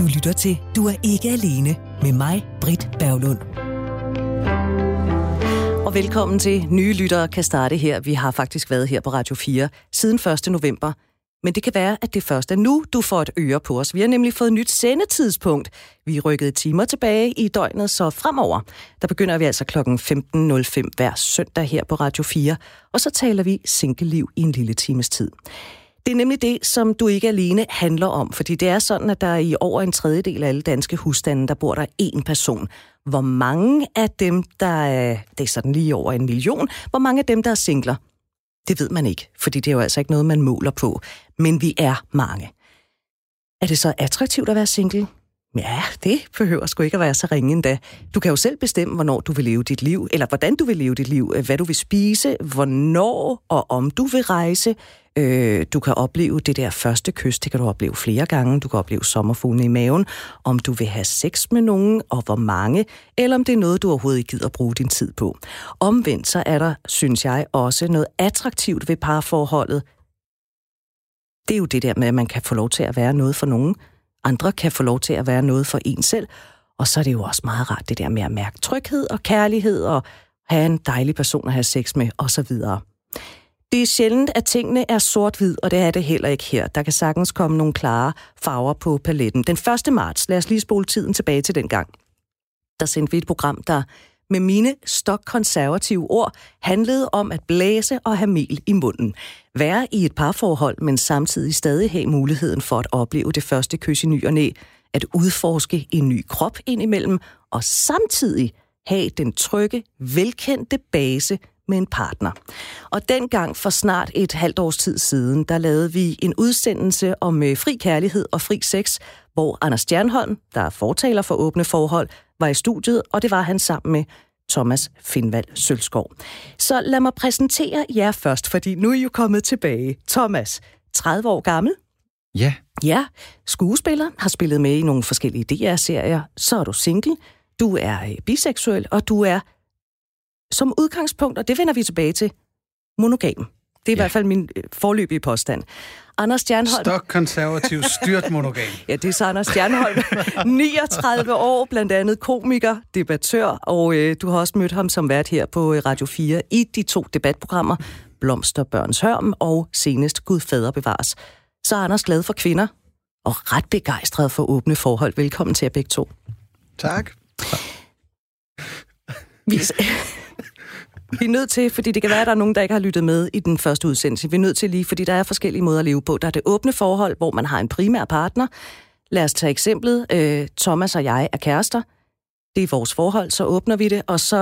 Du lytter til Du er ikke alene med mig, Britt Berglund. Og velkommen til nye lyttere kan starte her. Vi har faktisk været her på Radio 4 siden 1. november. Men det kan være, at det først er nu, du får et øre på os. Vi har nemlig fået et nyt sendetidspunkt. Vi er rykket timer tilbage i døgnet, så fremover, der begynder vi altså kl. 15.05 hver søndag her på Radio 4. Og så taler vi single-liv i en lille times tid. Det er nemlig det, som Du ikke alene handler om, fordi det er sådan, at der i over en tredjedel af alle danske husstande, der bor der én person. Hvor mange af dem, det er sådan lige over 1 million, hvor mange af dem, der er singler? Det ved man ikke, fordi det er jo altså ikke noget, man måler på. Men vi er mange. Er det så attraktivt at være single? Ja, det behøver sgu ikke at være så ringe endda. Du kan jo selv bestemme, hvornår du vil leve dit liv, eller hvordan du vil leve dit liv, hvad du vil spise, hvornår og om du vil rejse. Du kan opleve det der første kys, det kan du opleve flere gange. Du kan opleve sommerfuglene i maven, om du vil have sex med nogen, og hvor mange, eller om det er noget, du overhovedet ikke gider at bruge din tid på. Omvendt så er der, synes jeg, også noget attraktivt ved parforholdet. Det er jo det der med, at man kan få lov til at være noget for nogen. Andre kan få lov til at være noget for en selv. Og så er det jo også meget rart, det der med at mærke tryghed og kærlighed, og have en dejlig person at have sex med, osv. Det er sjældent, at tingene er sort-hvid, og det er det heller ikke her. Der kan sagtens komme nogle klare farver på paletten. Den 1. marts, lad os lige spole tiden tilbage til den gang. Der sendte vi et program, der med mine stokkonservative ord handlede om at blæse og have mel i munden. Være i et parforhold, men samtidig stadig have muligheden for at opleve det første kys i ny og næ, at udforske en ny krop indimellem, og samtidig have den trygge, velkendte base med en partner. Og dengang for snart et halvt års tid siden, der lavede vi en udsendelse om fri kærlighed og fri sex, hvor Anders Stjernholm, der er fortaler for åbne forhold, var i studiet, og det var han sammen med Thomas Findvald Sølskov. Så lad mig præsentere jer først, fordi nu er I jo kommet tilbage. Thomas, 30 år gammel. Ja. Ja, skuespiller, har spillet med i nogle forskellige DR-serier. Så er du single, du er biseksuel, og du er som udgangspunkt, og det vender vi tilbage til, monogam. Det er i hvert fald min foreløbige påstand. Anders Stjernholm. Stokkonservativ, styrt monogam. Ja, det er så Anders Stjernholm. 39 år, blandt andet komiker, debattør, og du har også mødt ham som vært her på Radio 4 i de 2 debatprogrammer, Blomster, Børns Hørm og senest Gud fader bevares. Så er Anders glad for kvinder og ret begejstret for åbne forhold. Velkommen til jer begge 2. Tak. Vi er nødt til, fordi det kan være, at der er nogen, der ikke har lyttet med i den første udsendelse. Vi er nødt til lige, fordi der er forskellige måder at leve på. Der er det åbne forhold, hvor man har en primær partner. Lad os tage eksemplet. Thomas og jeg er kærester. Det er vores forhold, så åbner vi det, og så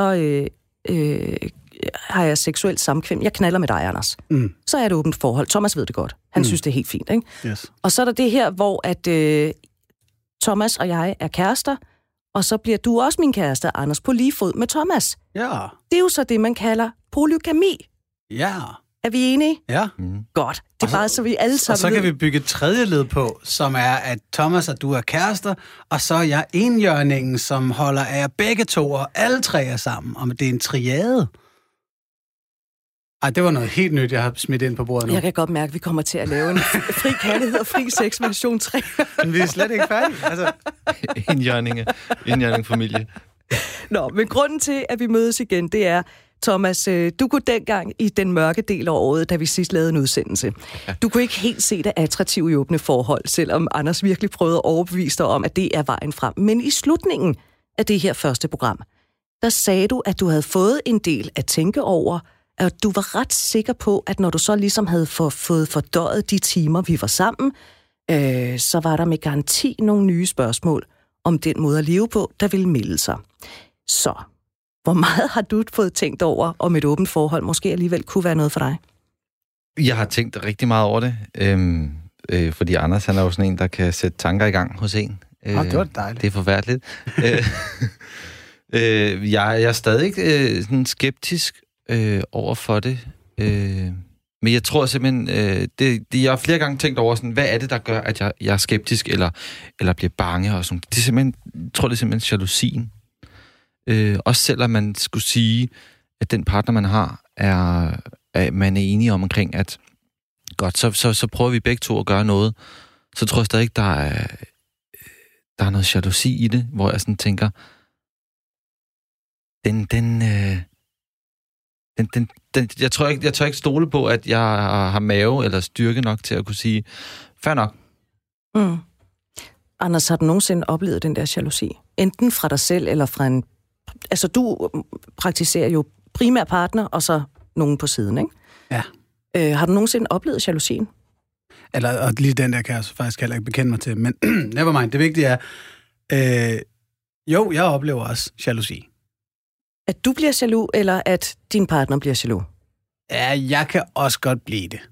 har jeg seksuelt samkvem. Jeg knaller med dig, Anders. Så er det åbent forhold. Thomas ved det godt. Han synes, det er helt fint, ikke? Yes. Og så er der det her, hvor at Thomas og jeg er kærester, og så bliver du også min kæreste, Anders, på lige fod med Thomas. Ja. Det er jo så det, man kalder polygami. Ja. Er vi enige? Ja. Godt. Det er bare så vi alle sammen. Og så kan vi bygge et tredje led på, som er, at Thomas og du er kærester, og så er jeg enhjørningen, som holder af jer begge 2, og alle 3 er sammen. Og det er en triade. Ej, det var noget helt nyt, jeg har smidt ind på bordet nu. Jeg kan godt mærke, at vi kommer til at lave en fri kærlighed og fri sex version 3. Men vi er slet ikke færdige. Altså. Enhjørning familie. Nå, men grunden til, at vi mødes igen, det er, Thomas, du kunne dengang i den mørke del af året, da vi sidst lavede en udsendelse. Du kunne ikke helt se det attraktive i åbne forhold, selvom Anders virkelig prøvede at overbevise dig om, at det er vejen frem. Men i slutningen af det her første program, der sagde du, at du havde fået en del at tænke over, at du var ret sikker på, at når du så ligesom havde fået fordøjet de timer, vi var sammen, så var der med garanti nogle nye spørgsmål om den måde at leve på, der ville melde sig. Så, hvor meget har du fået tænkt over, om et åbent forhold måske alligevel kunne være noget for dig? Jeg har tænkt rigtig meget over det, fordi Anders, han er jo sådan en, der kan sætte tanker i gang hos en. Det var dejligt. Det er forfærdeligt. Jeg er stadig sådan skeptisk over for det. Men jeg tror simpelthen, jeg har flere gange tænkt over, sådan, hvad er det, der gør, at jeg er skeptisk, eller bliver bange og sådan. Det er simpelthen, jeg tror, det er simpelthen jalousien. Også selvom man skulle sige, at den partner, man har, man er enige omkring, at godt, så prøver vi begge 2 at gøre noget, så tror jeg stadig ikke, der der er noget jalousi i det, hvor jeg sådan tænker, jeg tør ikke stole på, at jeg har mave eller styrke nok til at kunne sige, fair nok. Mm. Anders, har du nogensinde oplevet den der jalousi? Enten fra dig selv eller fra en... Altså, du praktiserer jo primær partner, og så nogen på siden, ikke? Ja. Har du nogensinde oplevet jalousien? Og lige den der kan jeg faktisk heller ikke bekende mig til, men never mind. Det vigtige er, jo, jeg oplever også jalousi. At du bliver jaloux, eller at din partner bliver jaloux? Ja, jeg kan også godt blive det.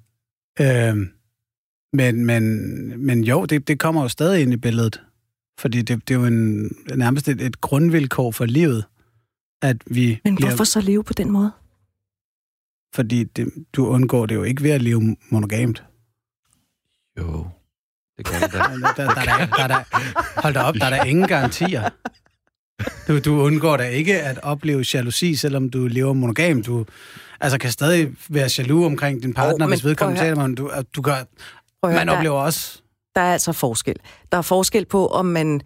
Men jo, det kommer jo stadig ind i billedet. Fordi det er jo nærmest et grundvilkår for livet, at vi... Men hvorfor så leve på den måde? Fordi du undgår det jo ikke ved at leve monogamt. Jo, det gør det da. Hold da op, der er der ingen garantier. Du undgår da ikke at opleve jalousi, selvom du lever monogamt. Du kan stadig være jaloux omkring din partner, hvis vedkommende taler med du gør... Man oplever også... Der er altså forskel. Der er forskel på, om man...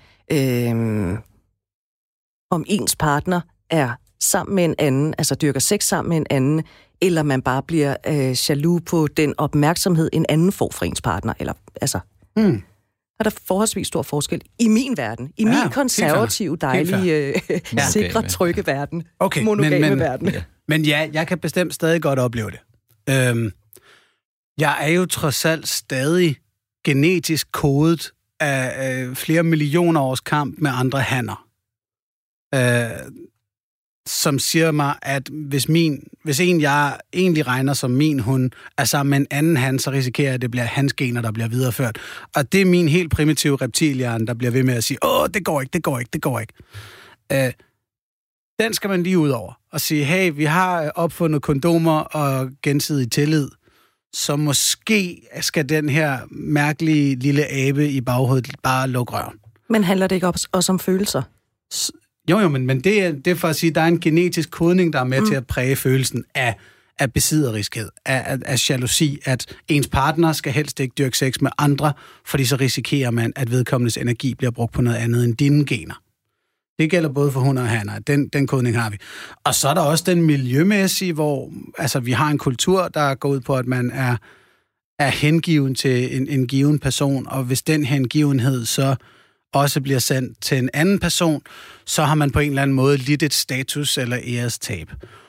om ens partner er sammen med en anden, altså dyrker sex sammen med en anden, eller man bare bliver jaloux på den opmærksomhed, en anden får fra ens partner. Eller, altså, er der forholdsvis stor forskel i min verden. I min konservative, dejlige, sikre, trygge verden. Okay, monogame verden. Men ja, jeg kan bestemt stadig godt opleve det. Jeg er jo trods alt stadig genetisk kodet af flere millioner års kamp med andre hanner. Som siger mig, at hvis en, jeg egentlig regner som min hund, er sammen med en anden han, så risikerer jeg, at det bliver hans gener, der bliver videreført. Og det er min helt primitive reptilhjerne, der bliver ved med at sige, det går ikke. Den skal man lige ud over og sige, hey, vi har opfundet kondomer og gensidig tillid, så måske skal den her mærkelige lille abe i baghovedet bare lukke røven. Men handler det ikke også om følelser? Jo, men det er for at sige, at der er en genetisk kodning, der er med til at præge følelsen af besidderiskhed, af jalousi, at ens partner skal helst ikke dyrke sex med andre, fordi så risikerer man, at vedkommendes energi bliver brugt på noget andet end dine gener. Det gælder både for hunde og hanner. Den kodning har vi. Og så er der også den miljømæssige, hvor vi har en kultur, der går ud på, at man er hengiven til en given person, og hvis den hengivenhed så også bliver sendt til en anden person, så har man på en eller anden måde lidt et status- eller ærestab.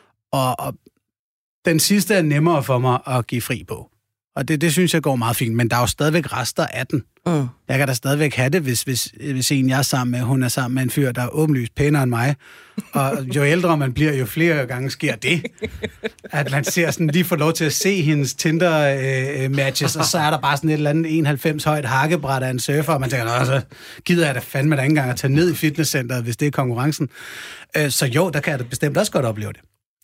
Og den sidste er nemmere for mig at give fri på. Og det synes jeg går meget fint, men der er jo stadigvæk rester af den. Jeg kan da stadigvæk have det, hvis en jeg er sammen med, hun er sammen med en fyr, der er åbenlyst pænere end mig. Og jo ældre man bliver, jo flere gange sker det. At man ser sådan, lige får lov til at se hendes Tinder-matches, og så er der bare sådan et eller andet 91 højt hakkebræt af en surfer, og man tænker, så gider jeg da fandme da ikke engang at tage ned i fitnesscenteret, hvis det er konkurrencen. Så jo, der kan jeg da bestemt også godt opleve det.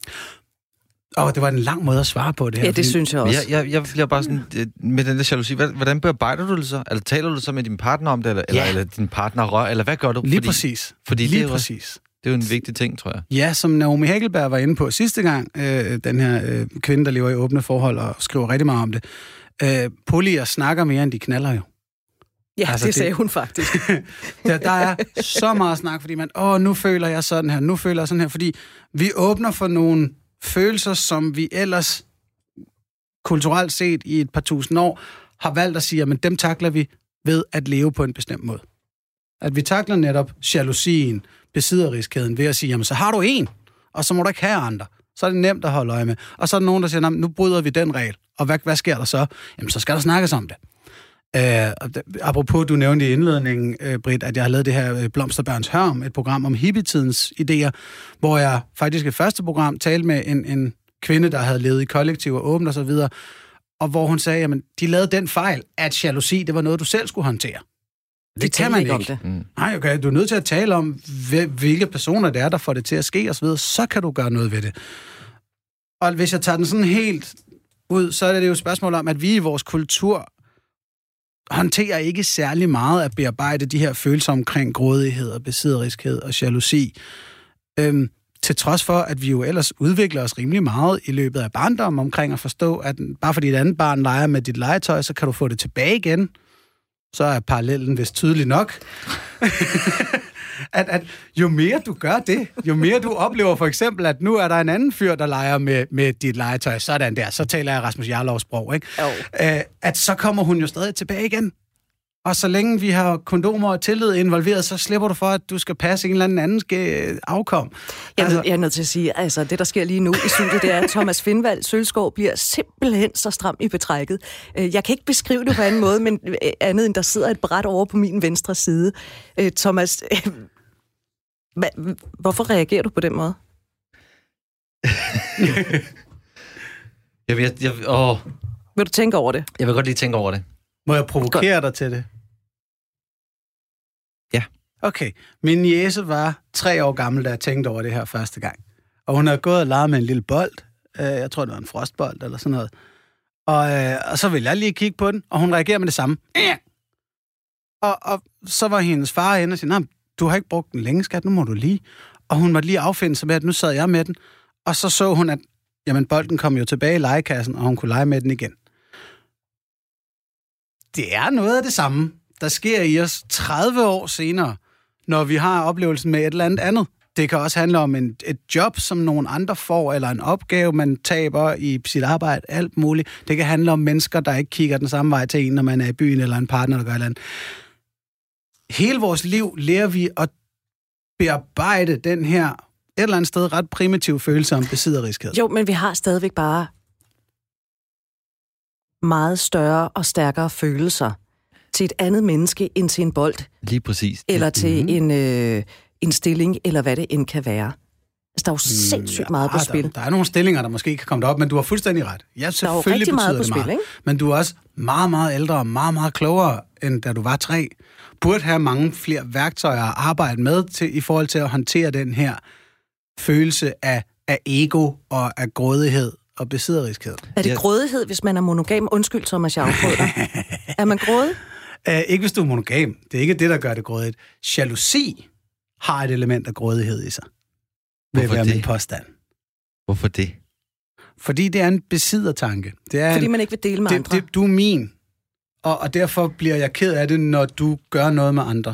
Det var en lang måde at svare på det her. Ja, det synes jeg også. Jeg bliver bare sådan, med den der jalousi, hvordan bearbejder du det så? Eller taler du så med din partner om det, eller din partner, eller hvad gør du? Lige præcis. Det er jo en vigtig ting, tror jeg. Ja, som Naomi Hækkelberg var inde på sidste gang, den her kvinde, der lever i åbne forhold og skriver rigtig meget om det. Polyer snakker mere, end de knaller jo. Ja, det sagde hun faktisk. der er så meget snak, fordi man, nu føler jeg sådan her, nu føler jeg sådan her, fordi vi åbner for nogle følelser, som vi ellers kulturelt set i et par tusind år har valgt at sige, at dem takler vi ved at leve på en bestemt måde. At vi takler netop jalousien, besidderiskheden ved at sige, jamen så har du en, og så må du ikke have andre. Så er det nemt at holde øje med. Og så er der nogen, der siger, nu bryder vi den regel. Og hvad sker der så? Jamen så skal der snakkes om det. Apropos, du nævnte i indledningen, Britt, at jeg har lavet det her Blomsterbørns Hørm, et program om hippietidens idéer, hvor jeg faktisk i første program talte med en kvinde, der havde levet i kollektiv og åbent og så videre, og hvor hun sagde, jamen, de lavede den fejl, at jalousi, det var noget, du selv skulle håndtere. Det kan man ikke. Nej, okay, du er nødt til at tale om, hvilke personer det er, der får det til at ske og så videre, så kan du gøre noget ved det. Og hvis jeg tager den sådan helt ud, så er det jo et spørgsmål om, at vi i vores kultur håndterer ikke særlig meget at bearbejde de her følelser omkring grådighed og besidderiskhed og jalousi. Til trods for, at vi jo ellers udvikler os rimelig meget i løbet af barndommen omkring at forstå, at bare fordi et andet barn leger med dit legetøj, så kan du få det tilbage igen. Så er parallellen vist tydelig nok. at jo mere du gør det, jo mere du oplever for eksempel, at nu er der en anden fyr, der leger med dit legetøj, sådan der, så taler jeg Rasmus Jarlovs sprog, ikke? At så kommer hun jo stadig tilbage igen. Og så længe vi har kondomer og tillid involveret, så slipper du for, at du skal passe en eller anden afkom. Jeg er nødt til at sige, altså det, der sker lige nu i studiet, det er, at Thomas Findvald Sølskov bliver simpelthen så stram i betrækket. Jeg kan ikke beskrive det på anden måde, men andet end der sidder et bræt over på min venstre side. Thomas, hvorfor reagerer du på den måde? Vil du tænke over det? Jeg vil godt lige tænke over det. Må jeg provokere dig til det? Ja. Okay. Min niece var 3 år gammel, da jeg tænkte over det her første gang. Og hun havde gået og leget med en lille bold. Jeg tror, det var en frostbold eller sådan noget. Og så ville jeg lige kigge på den, og hun reagerer med det samme. Og så var hendes far inde og sige, nej, du har ikke brugt den længe, skat, nu må du lige. Og hun måtte lige affinde sig med, at nu sad jeg med den. Og så hun, at jamen, bolden kom jo tilbage i legekassen, og hun kunne lege med den igen. Det er noget af det samme, der sker i os 30 år senere, når vi har oplevelsen med et eller andet. Det kan også handle om et job, som nogen andre får, eller en opgave, man taber i sit arbejde, alt muligt. Det kan handle om mennesker, der ikke kigger den samme vej til en, når man er i byen, eller en partner, der gør et eller andet. Hele vores liv lærer vi at bearbejde den her et eller andet sted ret primitiv følelse om besidderiskhed. Jo, men vi har stadigvæk bare meget større og stærkere følelser til et andet menneske end til en bold. Lige præcis. Eller til en stilling, eller hvad det end kan være. Altså, der er jo sindssygt meget på spil. Der er nogle stillinger, der måske kan komme derop, men du har fuldstændig ret. Ja, selvfølgelig der er jo rigtig meget på spil, ikke? Men du er også meget, meget ældre og meget, meget klogere, end da du var 3. Burde have mange flere værktøjer at arbejde med i forhold til at håndtere den her følelse af ego og af grådighed og besidderiskhed. Er det grådighed, hvis man er monogam? Undskyld, Thomas, jeg afprøver dig. Er man grådig? Ikke hvis du er monogam. Det er ikke det, der gør det grådigt. Jalousi har et element af grådighed i sig. Vil være min påstand. Hvorfor det? Fordi det er en besiddertanke. Det er fordi man ikke vil dele med andre. Du er min, og derfor bliver jeg ked af det, når du gør noget med andre.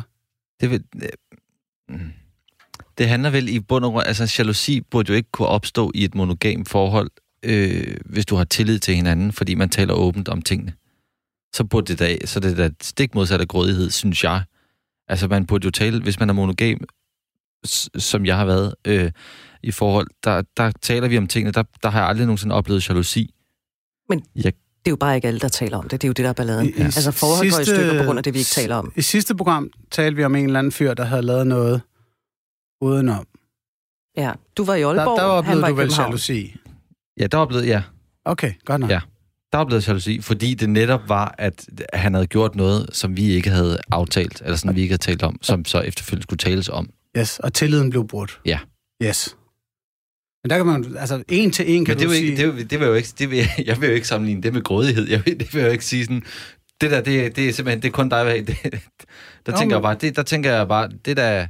Det handler vel i bund og grund, altså jalousi burde jo ikke kunne opstå i et monogam forhold, hvis du har tillid til hinanden, fordi man taler åbent om tingene. Så burde det da stik modsat af grådighed, synes jeg. Altså man burde jo tale, hvis man er monogam, som jeg har været i forhold, der taler vi om tingene, der har jeg aldrig nogensinde oplevet jalousi. Men det er jo bare ikke alle, der taler om det. Det er jo det, der er balladen. Altså forhold går i stykker på grund af det, vi ikke taler om. I sidste program talte vi om en eller anden fyr, der havde lavet noget udenom. Ja, du var i Aalborg, der oplevede han du vel jalousi? Ja, der oplevede jeg. Okay, godt nok. Ja, der oplevede jalousi, fordi det netop var, at han havde gjort noget, som vi ikke havde aftalt, eller sådan vi ikke havde talt om, som så efterfølgende skulle tales om. Yes, og tilliden blev brudt. Ja. Yes. Men der kan man, altså en til en kan men du sige... Det vil jo ikke, jeg vil jo ikke sammenligne det med grådighed. Det vil jo ikke sige sådan, det der, det er simpelthen, det er kun dig. Der tænker jeg bare, det der...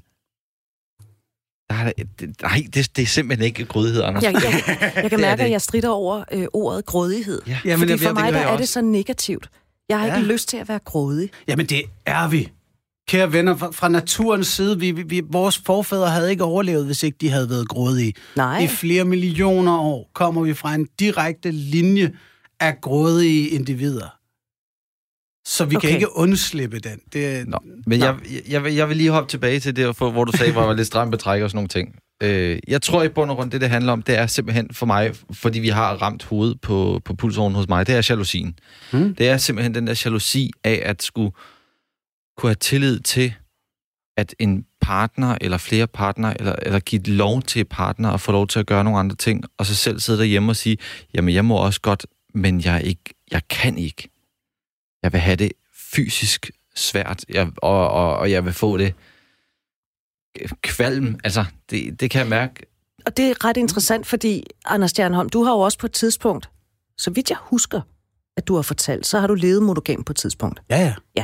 Nej, det er simpelthen ikke grådighed, Anders. Jeg kan mærke, at jeg stritter over ordet grådighed. Ja. Fordi for mig, der er det så negativt. Jeg har ikke lyst til at være grådig. Jamen, det er vi. Kære venner, fra naturens side, vores forfædre havde ikke overlevet, hvis ikke de havde været grådige. Nej. I flere millioner år kommer vi fra en direkte linje af grådige individer. Så vi kan ikke undslippe den. Men jeg vil lige hoppe tilbage til det, hvor du sagde, hvor jeg var lidt stram betræk og sådan nogle ting. Jeg tror i bund og grund, det handler om, det er simpelthen for mig, fordi vi har ramt hovedet på pulsåren hos mig, det er jalousien. Det er simpelthen den der jalousi af at skulle kunne have tillid til, at en partner eller flere partner, eller give lov til partner og få lov til at gøre nogle andre ting, og så selv sidde derhjemme og sige, jamen jeg må også godt, men jeg kan ikke. Jeg vil have det fysisk svært, og jeg vil få det kvalm. Altså, det kan jeg mærke. Og det er ret interessant, fordi, Anders Stjernholm, du har jo også på et tidspunkt, så vidt jeg husker, at du har fortalt, så har du levet monogam på et tidspunkt. Ja.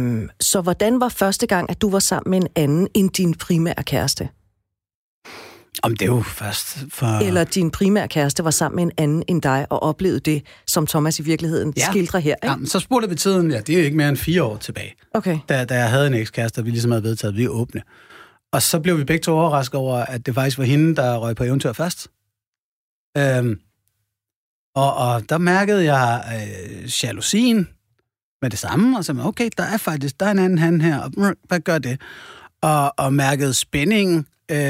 Så hvordan var første gang, at du var sammen med en anden end din primære kæreste? Om det er jo først for... Eller din primære kæreste var sammen med en anden end dig, og oplevede det, som Thomas i virkeligheden skildrer her, ikke? Ja, så spurgte vi tiden, det er ikke mere end 4 år tilbage. Okay. Da jeg havde en ekskæreste, og vi ligesom havde vedtaget, at vi er åbne. Og så blev vi begge to overrasket over, at det faktisk var hende, der røg på eventyr først. Og der mærkede jeg jalousien med det samme, og så okay, der er en anden han her, og hvad gør det? Og mærkede spændingen,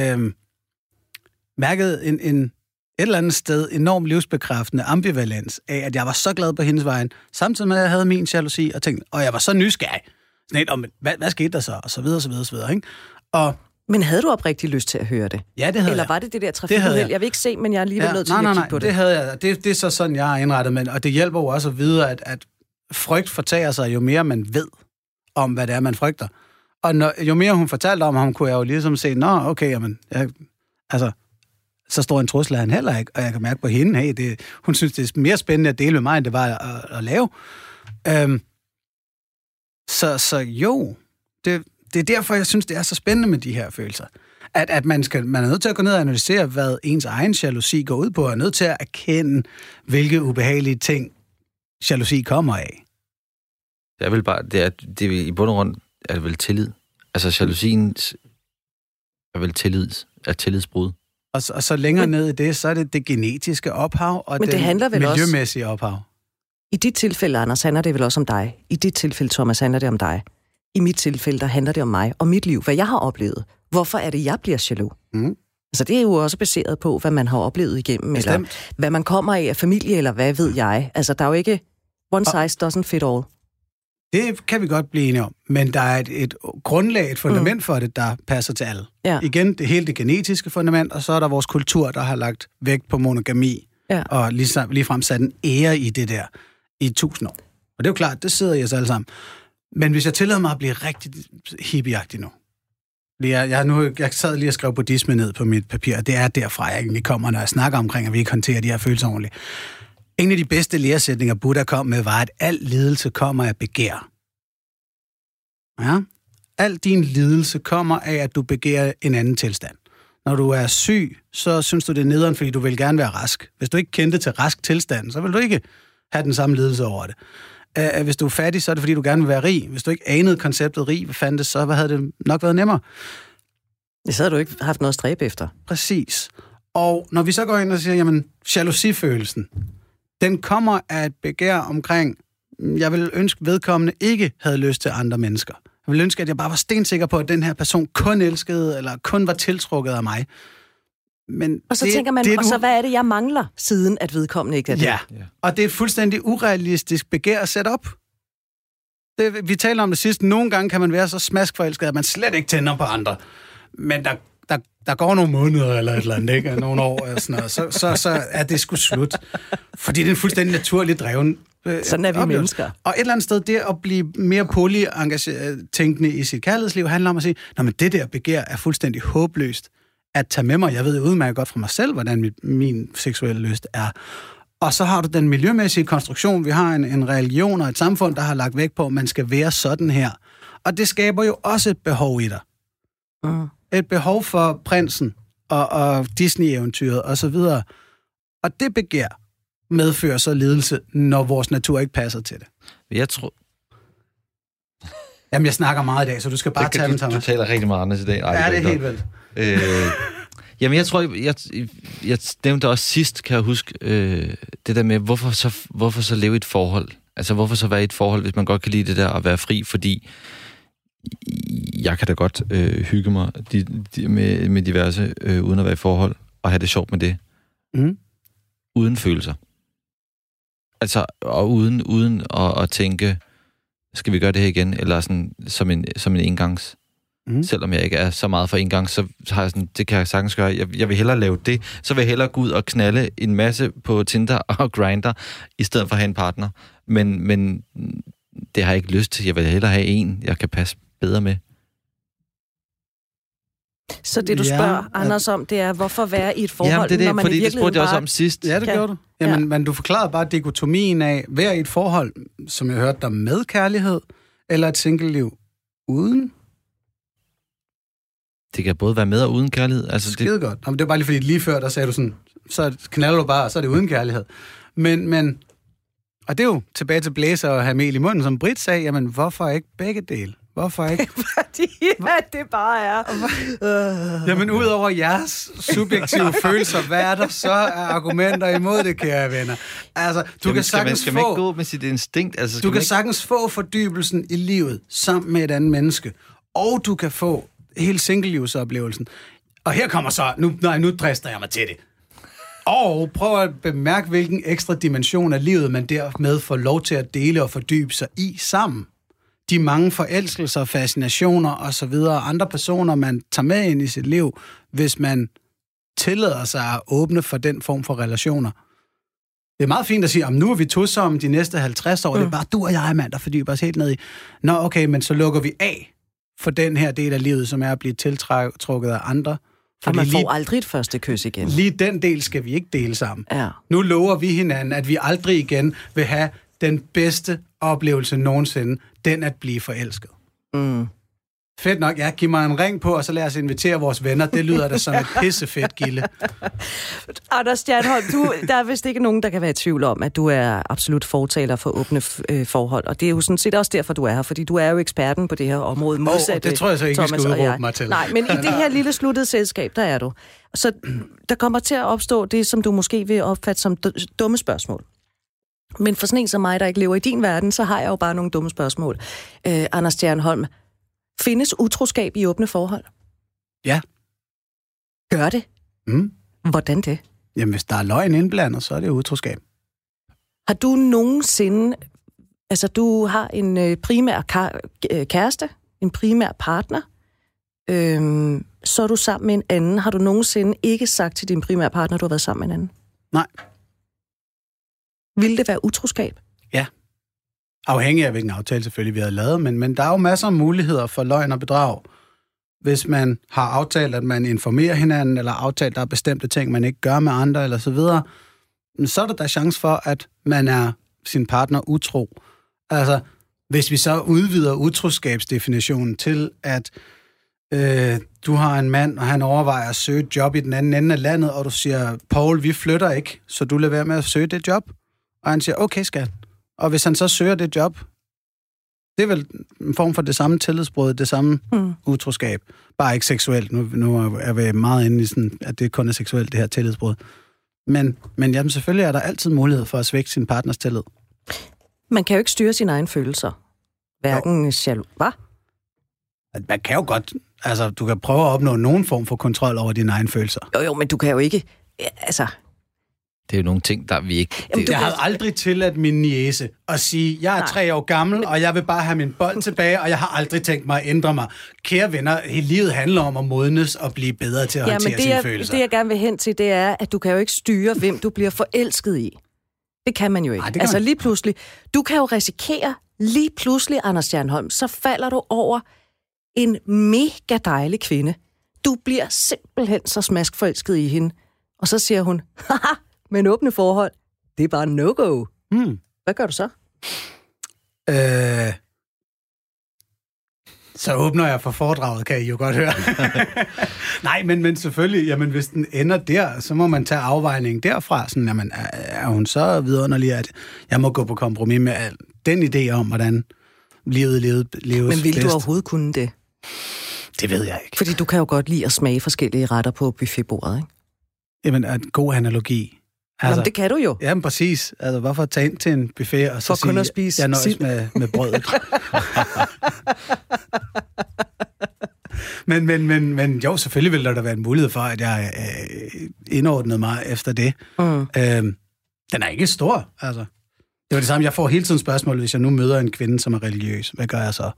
mærkede et eller andet sted enormt livsbekræftende ambivalens af, at jeg var så glad på hendes vejen, samtidig med, at jeg havde min jalousi, og jeg var så nysgerrig. Sådan et om, hvad skete der så? Og så videre, så videre, så videre, ikke? Men havde du oprigtigt lyst til at høre det? Ja, det havde Eller jeg. var det der trafikuheld? Jeg vil ikke se, men jeg er alligevel nødt til at kigge på det. Det havde jeg. Det er så sådan, jeg er indrettet. Men, og det hjælper jo også at vide, at frygt fortager sig, jo mere man ved om, hvad det er, man frygter. Og jo mere hun fortalte om ham, kunne jeg jo ligesom se, okay, jamen, så stor en trussel er han heller ikke. Og jeg kan mærke på hende, hey, hun synes, det er mere spændende at dele med mig, end det var at lave. Så jo, det er derfor, jeg synes, det er så spændende med de her følelser. At man er nødt til at gå ned og analysere, hvad ens egen jalousi går ud på, og er nødt til at erkende, hvilke ubehagelige ting jalousi kommer af. Det er vel bare, det er i bund og grund, er det vel tillid. Altså jalousien er vel tillidsbrud. Og så længere ned i det, så er det genetiske ophav, og det miljømæssige ophav. I dit tilfælde, Anders, handler det vel også om dig. I dit tilfælde, Thomas, handler det om dig. I mit tilfælde, der handler det om mig og mit liv, hvad jeg har oplevet. Hvorfor er det, jeg bliver jaloux? Altså, det er jo også baseret på, hvad man har oplevet igennem, bestemt. Eller hvad man kommer af familie, eller hvad ved jeg. Altså, der er jo ikke one size doesn't fit all. Det kan vi godt blive enige om, men der er et grundlag, et fundament for det, der passer til alle. Ja. Igen, det genetiske fundament, og så er der vores kultur, der har lagt vægt på monogami, og ligefrem sat en ære i det der i 1000 år. Og det er jo klart, det sidder I os alle sammen. Men hvis jeg tillader mig at blive rigtig hippieagtig nu, jeg sad lige og skrev buddhisme ned på mit papir, og det er derfra, jeg egentlig kommer, når jeg snakker omkring, at vi ikke håndterer de her følelser ordentligt. En af de bedste læresætninger, Buddha kom med, var, at al lidelse kommer af begær. Ja? Al din lidelse kommer af, at du begærer en anden tilstand. Når du er syg, så synes du, det er nederen, fordi du vil gerne være rask. Hvis du ikke kendte til rask tilstand, så vil du ikke have den samme lidelse over det. Hvis du er fattig, så er det, fordi du gerne vil være rig. Hvis du ikke anede konceptet rig, hvad fandtes, så havde det nok været nemmere. Det så havde du ikke haft noget at stræbe efter. Præcis. Og når vi så går ind og siger, jamen, jalousifølelsen, den kommer af et begær omkring, jeg vil ønske, vedkommende ikke havde lyst til andre mennesker. Jeg vil ønske, at jeg bare var stensikker på, at den her person kun elskede, eller kun var tiltrukket af mig. Men og så tænker man, så hvad er det, jeg mangler, siden at vedkommende ikke er det? Ja, og det er et fuldstændig urealistisk begær at sætte op. Vi taler om det sidste. Nogle gange kan man være så smaskforelsket, at man slet ikke tænder på andre. Men der går nogle måneder eller et eller andet, ikke? Nogle år eller sådan noget, så er det sgu slut. Fordi det er en fuldstændig naturligt dreven sådan er vi mennesker. Og et eller andet sted, det at blive mere polytænkende i sit kærlighedsliv, handler om at sige, men det der begær er fuldstændig håbløst at tage med mig. Jeg ved udmærket godt fra mig selv, hvordan min seksuelle lyst er. Og så har du den miljømæssige konstruktion. Vi har en religion og et samfund, der har lagt vægt på, at man skal være sådan her. Og det skaber jo også et behov i dig. Et behov for prinsen og Disney-eventyret og så videre. Og det begær medfører så lidelse, når vores natur ikke passer til det. Jeg tror... Jamen, jeg snakker meget i dag, så du skal bare tage den, Thomas. Du taler rigtig meget andet i dag. Ja, det er helt vildt. Jamen, jeg tror, jeg nævnte også sidst, kan jeg huske, det der med, hvorfor så leve i et forhold? Altså, hvorfor så være i et forhold, hvis man godt kan lide det der at være fri? Fordi jeg kan da godt hygge mig med diverse, uden at være i forhold, og have det sjovt med det. Uden følelser. Altså, og uden at tænke, skal vi gøre det her igen? Eller sådan, som en engangs. Selvom jeg ikke er så meget for engangs, så har jeg sådan, det kan jeg sagtens gøre. Jeg vil hellere lave det. Så vil jeg hellere gå ud og knalde en masse på Tinder og Grindr, i stedet for at have en partner. Men det har jeg ikke lyst til. Jeg vil hellere have en, jeg kan passe bedre med. Så det, du spørger Anders om, det er, hvorfor være i et forhold, jamen, det er det, når man fordi i virkeligheden det spurgte jeg også om sidst. Ja, det gjorde du. Jamen, men du forklarede bare dikotomien af, være i et forhold, som jeg hørte dig, med kærlighed, eller et single-liv uden? Det kan både være med og uden kærlighed. Altså, Skide godt. Jamen, det var bare lige fordi, lige før, der sagde du sådan, så knaller du bare, og så er det uden kærlighed. Men og det er jo tilbage til blæser og have mel i munden, som Britt sagde, jamen, hvorfor ikke begge dele? Hvorfor ikke? Fordi det bare er... Jamen, udover jeres subjektive følelser, hvad er der så af argumenter imod det, kære venner? Altså, du kan sagtens skal man ikke gå med sit instinkt? Altså, du kan sagtens få fordybelsen i livet sammen med et andet menneske, og du kan få hele single-livsoplevelsen. Og her kommer så... Nu drister jeg mig til det. Og prøv at bemærke, hvilken ekstra dimension af livet, man dermed får lov til at dele og fordybe sig i sammen. De mange forelskelser, fascinationer og så videre, andre personer, man tager med ind i sit liv, hvis man tillader sig at åbne for den form for relationer. Det er meget fint at sige, at nu er vi tosser om de næste 50 år, det er bare du og jeg, mand, der fordyber os helt ned i. Nå, okay, men så lukker vi af for den her del af livet, som er at blive tiltrukket af andre. For man får aldrig et første kys igen. Lige den del skal vi ikke dele sammen. Ja. Nu lover vi hinanden, at vi aldrig igen vil have den bedste oplevelse nogensinde, den at blive forelsket. Mm. Fedt nok, ja, giv mig en ring på, og så lad os invitere vores venner. Det lyder da som et pissefedt gilde. Anders Stjernholm, der er vist ikke nogen, der kan være i tvivl om, at du er absolut fortaler for åbne forhold. Og det er jo sådan set også derfor, du er her, fordi du er jo eksperten på det her område. Det tror jeg så ikke, vi skal udråbe mig til. Nej, men i det her lille sluttede selskab, der er du. Så der kommer til at opstå det, som du måske vil opfatte som dumme spørgsmål. Men for sådan en som mig, der ikke lever i din verden, så har jeg jo bare nogle dumme spørgsmål. Anders Stjernholm, findes utroskab i åbne forhold? Ja. Gør det? Mm. Hvordan det? Jamen, hvis der er løgn indblandet, så er det utroskab. Har du nogensinde... Altså, du har en primær kæreste, en primær partner, så er du sammen med en anden. Har du nogensinde ikke sagt til din primære partner, at du har været sammen med en anden? Nej. Vil det være utroskab? Ja. Afhængig af, hvilken aftale selvfølgelig vi havde lavet, men der er jo masser af muligheder for løgn og bedrag. Hvis man har aftalt, at man informerer hinanden, eller aftalt, at der er bestemte ting, man ikke gør med andre, eller så videre, så er der chance for, at man er sin partner utro. Altså, hvis vi så udvider utroskabsdefinitionen til, at du har en mand, og han overvejer at søge et job i den anden ende af landet, og du siger, Paul, vi flytter ikke, så du lader være med at søge det job. Og han siger, okay, skat. Og hvis han så søger det job, det er vel en form for det samme tillidsbrud, det samme utroskab. Bare ikke seksuelt. Nu er vi meget inde i sådan, at det kun er seksuelt, det her tillidsbrud. Men jamen, selvfølgelig er der altid mulighed for at svække sin partners tillid. Man kan jo ikke styre sine egne følelser. Hverken jaloux, hvad? Man kan jo godt... Altså, du kan prøve at opnå nogen form for kontrol over dine egne følelser. Jo, men du kan jo ikke... Altså... Det er jo nogle ting, der vi ikke... Jeg havde aldrig tilladt min niece at sige, jeg er 3 år gammel, og jeg vil bare have min bold tilbage, og jeg har aldrig tænkt mig at ændre mig. Kære venner, hele livet handler om at modnes og blive bedre til at håndtere sine følelser. Det, jeg gerne vil hen til, det er, at du kan jo ikke styre, hvem du bliver forelsket i. Det kan man jo ikke. Nej, altså lige pludselig... Du kan jo risikere, lige pludselig, Anders Stjernholm, så falder du over en mega dejlig kvinde. Du bliver simpelthen så smaskforelsket i hende. Og så siger hun, haha, men åbne forhold, det er bare no-go. Hvad gør du så? Så åbner jeg for foredraget, kan I jo godt høre. Nej, men selvfølgelig, jamen, hvis den ender der, så må man tage afvejningen derfra. Sådan, jamen, er hun så vidunderlig, at jeg må gå på kompromis med den idé om, hvordan livet leves Men vil bedst. du overhovedet kunne det? Det ved jeg ikke. Fordi du kan jo godt lide at smage forskellige retter på buffetbordet, ikke? Jamen, en god analogi. Altså, jamen, det kan du jo. Jamen, præcis. Altså, hvorfor tage ind til en buffet og så for kun at spise jeg nøjes med brødet? men jo, selvfølgelig vil der da være en mulighed for, at jeg indordnede mig efter det. Den er ikke stor, altså. Det var det samme, jeg får hele tiden spørgsmål, hvis jeg nu møder en kvinde, som er religiøs. Hvad gør jeg så?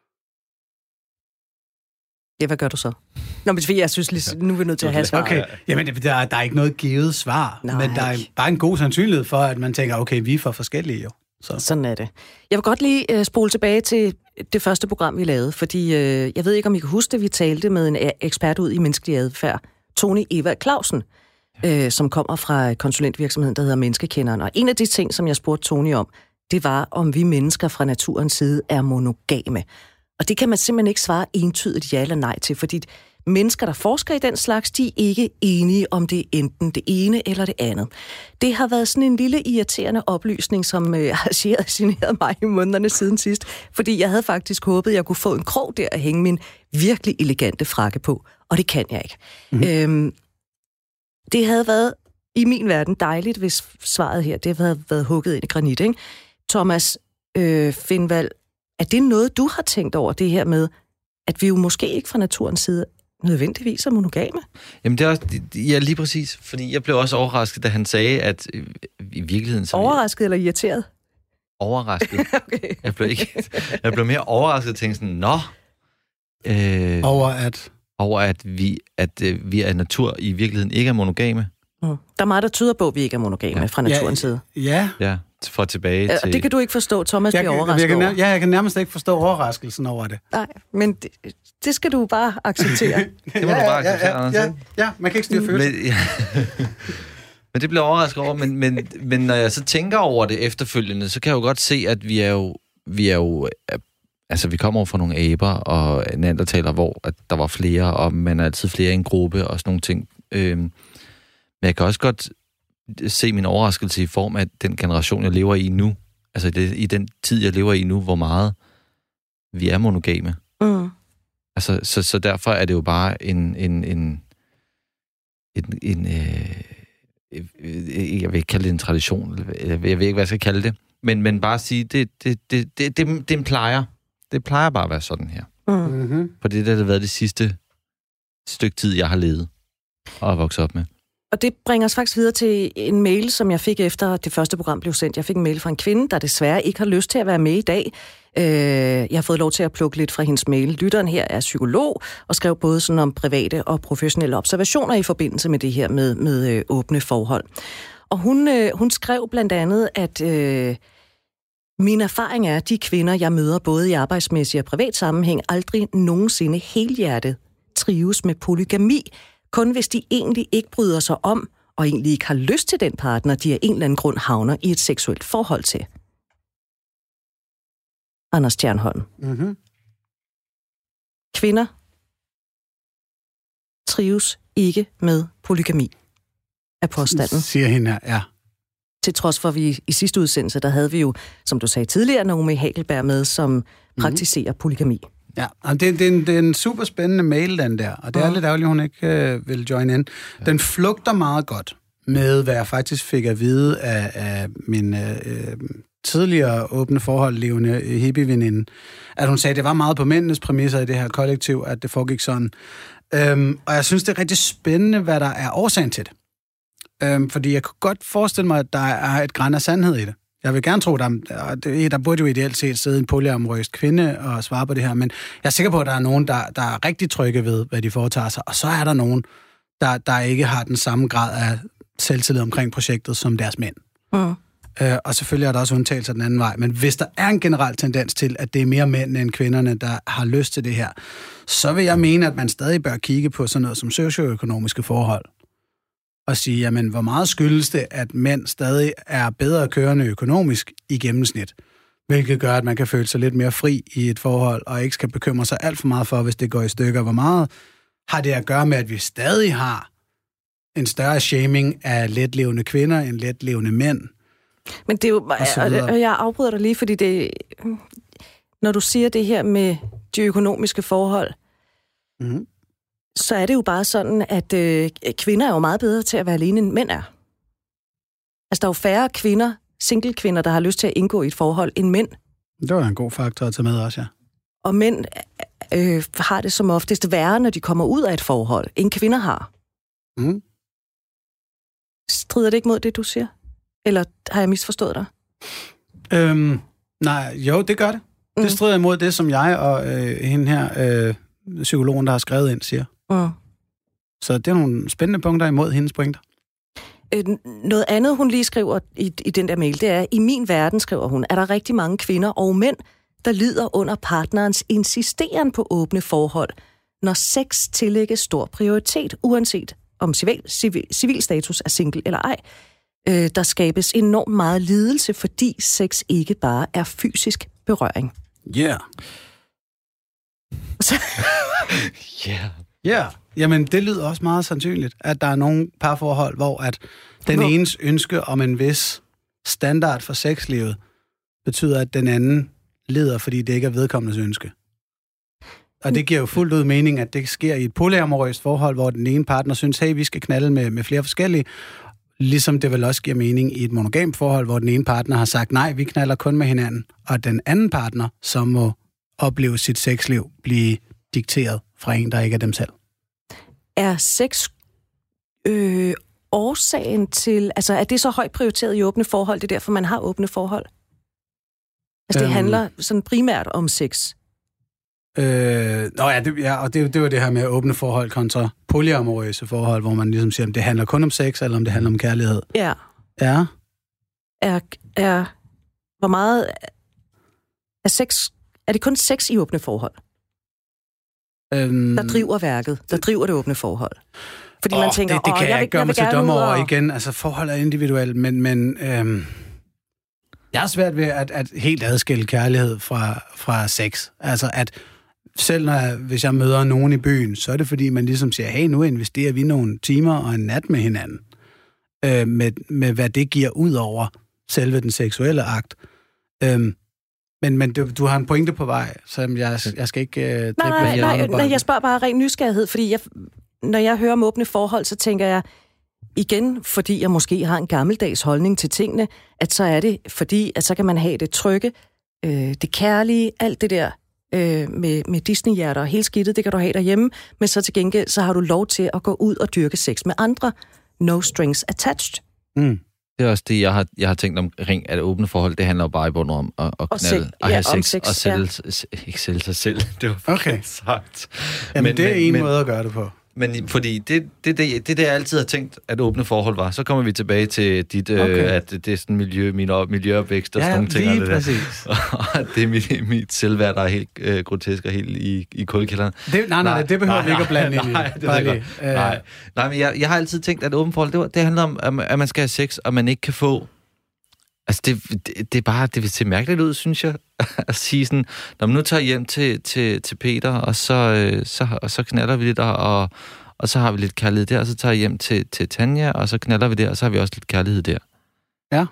Ja, hvad gør du så? Nå, men jeg synes, nu er vi nødt til at have svar. Okay, jamen der er ikke noget givet svar, men der er bare en god sandsynlighed for, at man tænker, okay, vi er for forskellige jo. Så. Sådan er det. Jeg vil godt lige spole tilbage til det første program, vi lavede, fordi jeg ved ikke, om I kan huske det, vi talte med en ekspert ud i menneskelig adfærd, Tony Eva Clausen, som kommer fra konsulentvirksomheden, der hedder Menneskekenderen. Og en af de ting, som jeg spurgte Tony om, det var, om vi mennesker fra naturens side er monogame. Og det kan man simpelthen ikke svare entydigt ja eller nej til, fordi mennesker, der forsker i den slags, de er ikke enige om det enten det ene eller det andet. Det har været sådan en lille irriterende oplysning, som har generet mig i månederne siden sidst, fordi jeg havde faktisk håbet, at jeg kunne få en krog der at hænge min virkelig elegante frakke på, og det kan jeg ikke. Mm-hmm. Det havde været i min verden dejligt, hvis svaret her, det havde været hugget ind i granit, ikke? Thomas Findvald, er det noget, du har tænkt over, det her med, at vi jo måske ikke fra naturens side nødvendigvis er monogame? Jamen det er også, ja, lige præcis, fordi jeg blev også overrasket, da han sagde, at i virkeligheden... Overrasket eller irriteret? Overrasket. Okay. Jeg blev mere overrasket og tænkte sådan, over at vi af natur i virkeligheden ikke er monogame. Der er meget, der tyder på, at vi ikke er monogame fra naturens side. Ja. Ja, fra tilbage til... Og det kan du ikke forstå, Thomas bliver overrasket over. Jeg kan nærmest ikke forstå overraskelsen over det. Nej, men det skal du bare acceptere. Det må du bare acceptere, ja, man kan ikke styre følelser. Men det bliver overrasket over, men når jeg så tænker over det efterfølgende, så kan jeg jo godt se, at vi er jo altså vi kommer over fra nogle aber og neandertaler, hvor at der var flere, og man er altid flere i en gruppe og sådan nogle ting. Men jeg kan også godt se min overraskelse i form af den generation, jeg lever i nu. Altså i den tid, jeg lever i nu, hvor meget vi er monogame. Mm. Altså, så derfor er det jo bare jeg vil ikke kalde det en tradition. Jeg ved ikke, hvad jeg skal kalde det. Men bare sige, det er en plejer. Det plejer bare at være sådan her. Mm-hmm. For det har været det sidste stykke tid, jeg har levet og er vokset op med. Og det bringer os faktisk videre til en mail, som jeg fik efter det første program blev sendt. Jeg fik en mail fra en kvinde, der desværre ikke har lyst til at være med i dag. Jeg har fået lov til at plukke lidt fra hendes mail. Lytteren her er psykolog og skrev både sådan om private og professionelle observationer i forbindelse med det her med åbne forhold. Og hun skrev blandt andet, at min erfaring er, at de kvinder, jeg møder både i arbejdsmæssig og privat sammenhæng, aldrig nogensinde helhjertet trives med polygami, kun hvis de egentlig ikke bryder sig om, og egentlig ikke har lyst til den partner, de af en eller anden grund havner i et seksuelt forhold til. Anders Tjernholm. Mm-hmm. Kvinder trives ikke med polygami, er påstanden. Siger hende her, ja. Til trods for, at vi i sidste udsendelse, der havde vi jo, som du sagde tidligere, Naomi Hagelberg med, som praktiserer polygami. Ja, og det er en super spændende mail, den der, og det er lidt ærgerligt, hun ikke vil join in. Den flugter meget godt med, hvad jeg faktisk fik at vide af min tidligere åbne forhold levende hippie-veninde, at hun sagde, at det var meget på mændenes præmisser i det her kollektiv, at det foregik sådan. Og jeg synes, det er rigtig spændende, hvad der er årsagen til det. Fordi jeg kunne godt forestille mig, at der er et gran af sandhed i det. Jeg vil gerne tro, der burde jo ideelt set sidde en polyamorøs kvinde og svare på det her, men jeg er sikker på, at der er nogen, der er rigtig trygge ved, hvad de foretager sig, og så er der nogen, der ikke har den samme grad af selvtillid omkring projektet som deres mænd. Mm. Og selvfølgelig er der også undtagelser den anden vej, men hvis der er en generel tendens til, at det er mere mænd end kvinderne, der har lyst til det her, så vil jeg mene, at man stadig bør kigge på sådan noget som socioøkonomiske forhold. Og sige, jamen, hvor meget skyldes det, at mænd stadig er bedre kørende økonomisk i gennemsnit, hvilket gør, at man kan føle sig lidt mere fri i et forhold, og ikke skal bekymre sig alt for meget for, hvis det går i stykker. Hvor meget har det at gøre med, at vi stadig har en større shaming af letlevende kvinder end letlevende mænd? Men det er jo, og jeg afbryder dig lige, fordi det, når du siger det her med de økonomiske forhold, så er det jo bare sådan, at kvinder er jo meget bedre til at være alene, end mænd er. Altså, der er jo færre kvinder, single-kvinder, der har lyst til at indgå i et forhold, end mænd. Det var en god faktor at tage med også, ja. Og mænd har det som oftest værre, når de kommer ud af et forhold, end kvinder har. Mm. Strider det ikke mod det, du siger? Eller har jeg misforstået dig? Nej, jo, det gør det. Det strider imod det, som jeg og hende her, psykologen, der har skrevet ind, siger. Så det er nogle spændende punkter imod hendes pointer. Noget andet, hun lige skriver i den der mail, det er, i min verden, skriver hun, er der rigtig mange kvinder og mænd, der lider under partnerens insisteren på åbne forhold, når sex tillægges stor prioritet, uanset om civilstatus er single eller ej. Der skabes enormt meget lidelse, fordi sex ikke bare er fysisk berøring. Yeah. Ja. Ja, jamen det lyder også meget sandsynligt, at der er nogle parforhold, hvor at den enes ønske om en vis standard for sexlivet betyder, at den anden lider, fordi det ikke er vedkommendes ønske. Og det giver jo fuldt ud mening, at det sker i et polyamorøst forhold, hvor den ene partner synes, hey, vi skal knalde med flere forskellige, ligesom det vel også giver mening i et monogamt forhold, hvor den ene partner har sagt, nej, vi knaller kun med hinanden, og den anden partner, som må opleve sit sexliv blive dikteret fra en, der ikke er dem selv. Er sex årsagen til... Altså, er det så højt prioriteret i åbne forhold? Det er derfor, man har åbne forhold? Altså, det handler sådan primært om sex. Det var det her med åbne forhold kontra polyamorøse forhold, hvor man ligesom siger, om det handler kun om sex, eller om det handler om kærlighed. Ja. Ja. Hvor meget er sex... Er det kun sex i åbne forhold? Der driver værket. Der driver det åbne forhold. Fordi man tænker, det kan jeg ikke gøre mig til dommer over igen. Altså, forhold er individuelt, men jeg er svært ved at helt adskille kærlighed fra sex. Altså, at selv hvis jeg møder nogen i byen, så er det fordi, man ligesom siger, hey, nu investerer vi nogle timer og en nat med hinanden. Med hvad det giver ud over selve den seksuelle akt. Men du har en pointe på vej, så jeg skal ikke Nej, jeg spørger bare ren nysgerrighed, fordi når jeg hører om åbne forhold, så tænker jeg igen, fordi jeg måske har en gammeldags holdning til tingene, at så er det fordi, at så kan man have det trygge, det kærlige, alt det der med Disney-hjerter og hele skidtet, det kan du have derhjemme, men så til gengæld, så har du lov til at gå ud og dyrke sex med andre. No strings attached. Mm. Det er også det, jeg har tænkt omkring, at åbne forhold, det handler jo bare i bunden om at knalde, og have sex, og ikke sælge sig selv. Det var okay sagt. Jamen, det er en måde at gøre det på. Men fordi det jeg altid har tænkt, at åbne forhold var, så kommer vi tilbage til dit, at det er sådan miljøopvækst og sådan nogle ting. Ja, lige præcis. Og at det er mit selvværd, der er helt grotesk og helt i kulkælderen. Nej, det behøver vi ikke at blande ind i. Nej, men jeg har altid tænkt, at åbne forhold, det handler om, at man skal have sex, og man ikke kan få... Altså, det er bare, det vil se mærkeligt ud, synes jeg, at sige sådan, når man nu tager hjem til Peter, og så knaller vi lidt, og så har vi lidt kærlighed der, og så tager jeg hjem til Tanja, og så knaller vi der, og så har vi også lidt kærlighed der. Ja.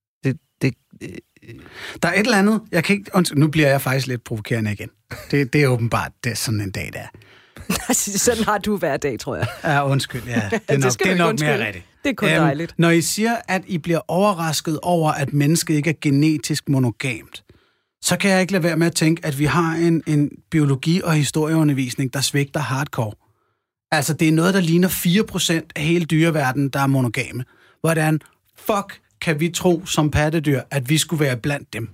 Der er et eller andet, jeg kan ikke... Nu bliver jeg faktisk lidt provokerende igen. Det er åbenbart, det er sådan en dag, der er. Sådan har du hver dag, tror jeg. Ja, undskyld. Ja. Det er nok mere rigtigt. Det er kun dejligt. Når I siger, at I bliver overrasket over, at mennesket ikke er genetisk monogamt, så kan jeg ikke lade være med at tænke, at vi har en biologi- og historieundervisning, der svigter hardcore. Altså, det er noget, der ligner 4% af hele dyreverdenen, der er monogame. Hvordan fuck kan vi tro som pattedyr, at vi skulle være blandt dem?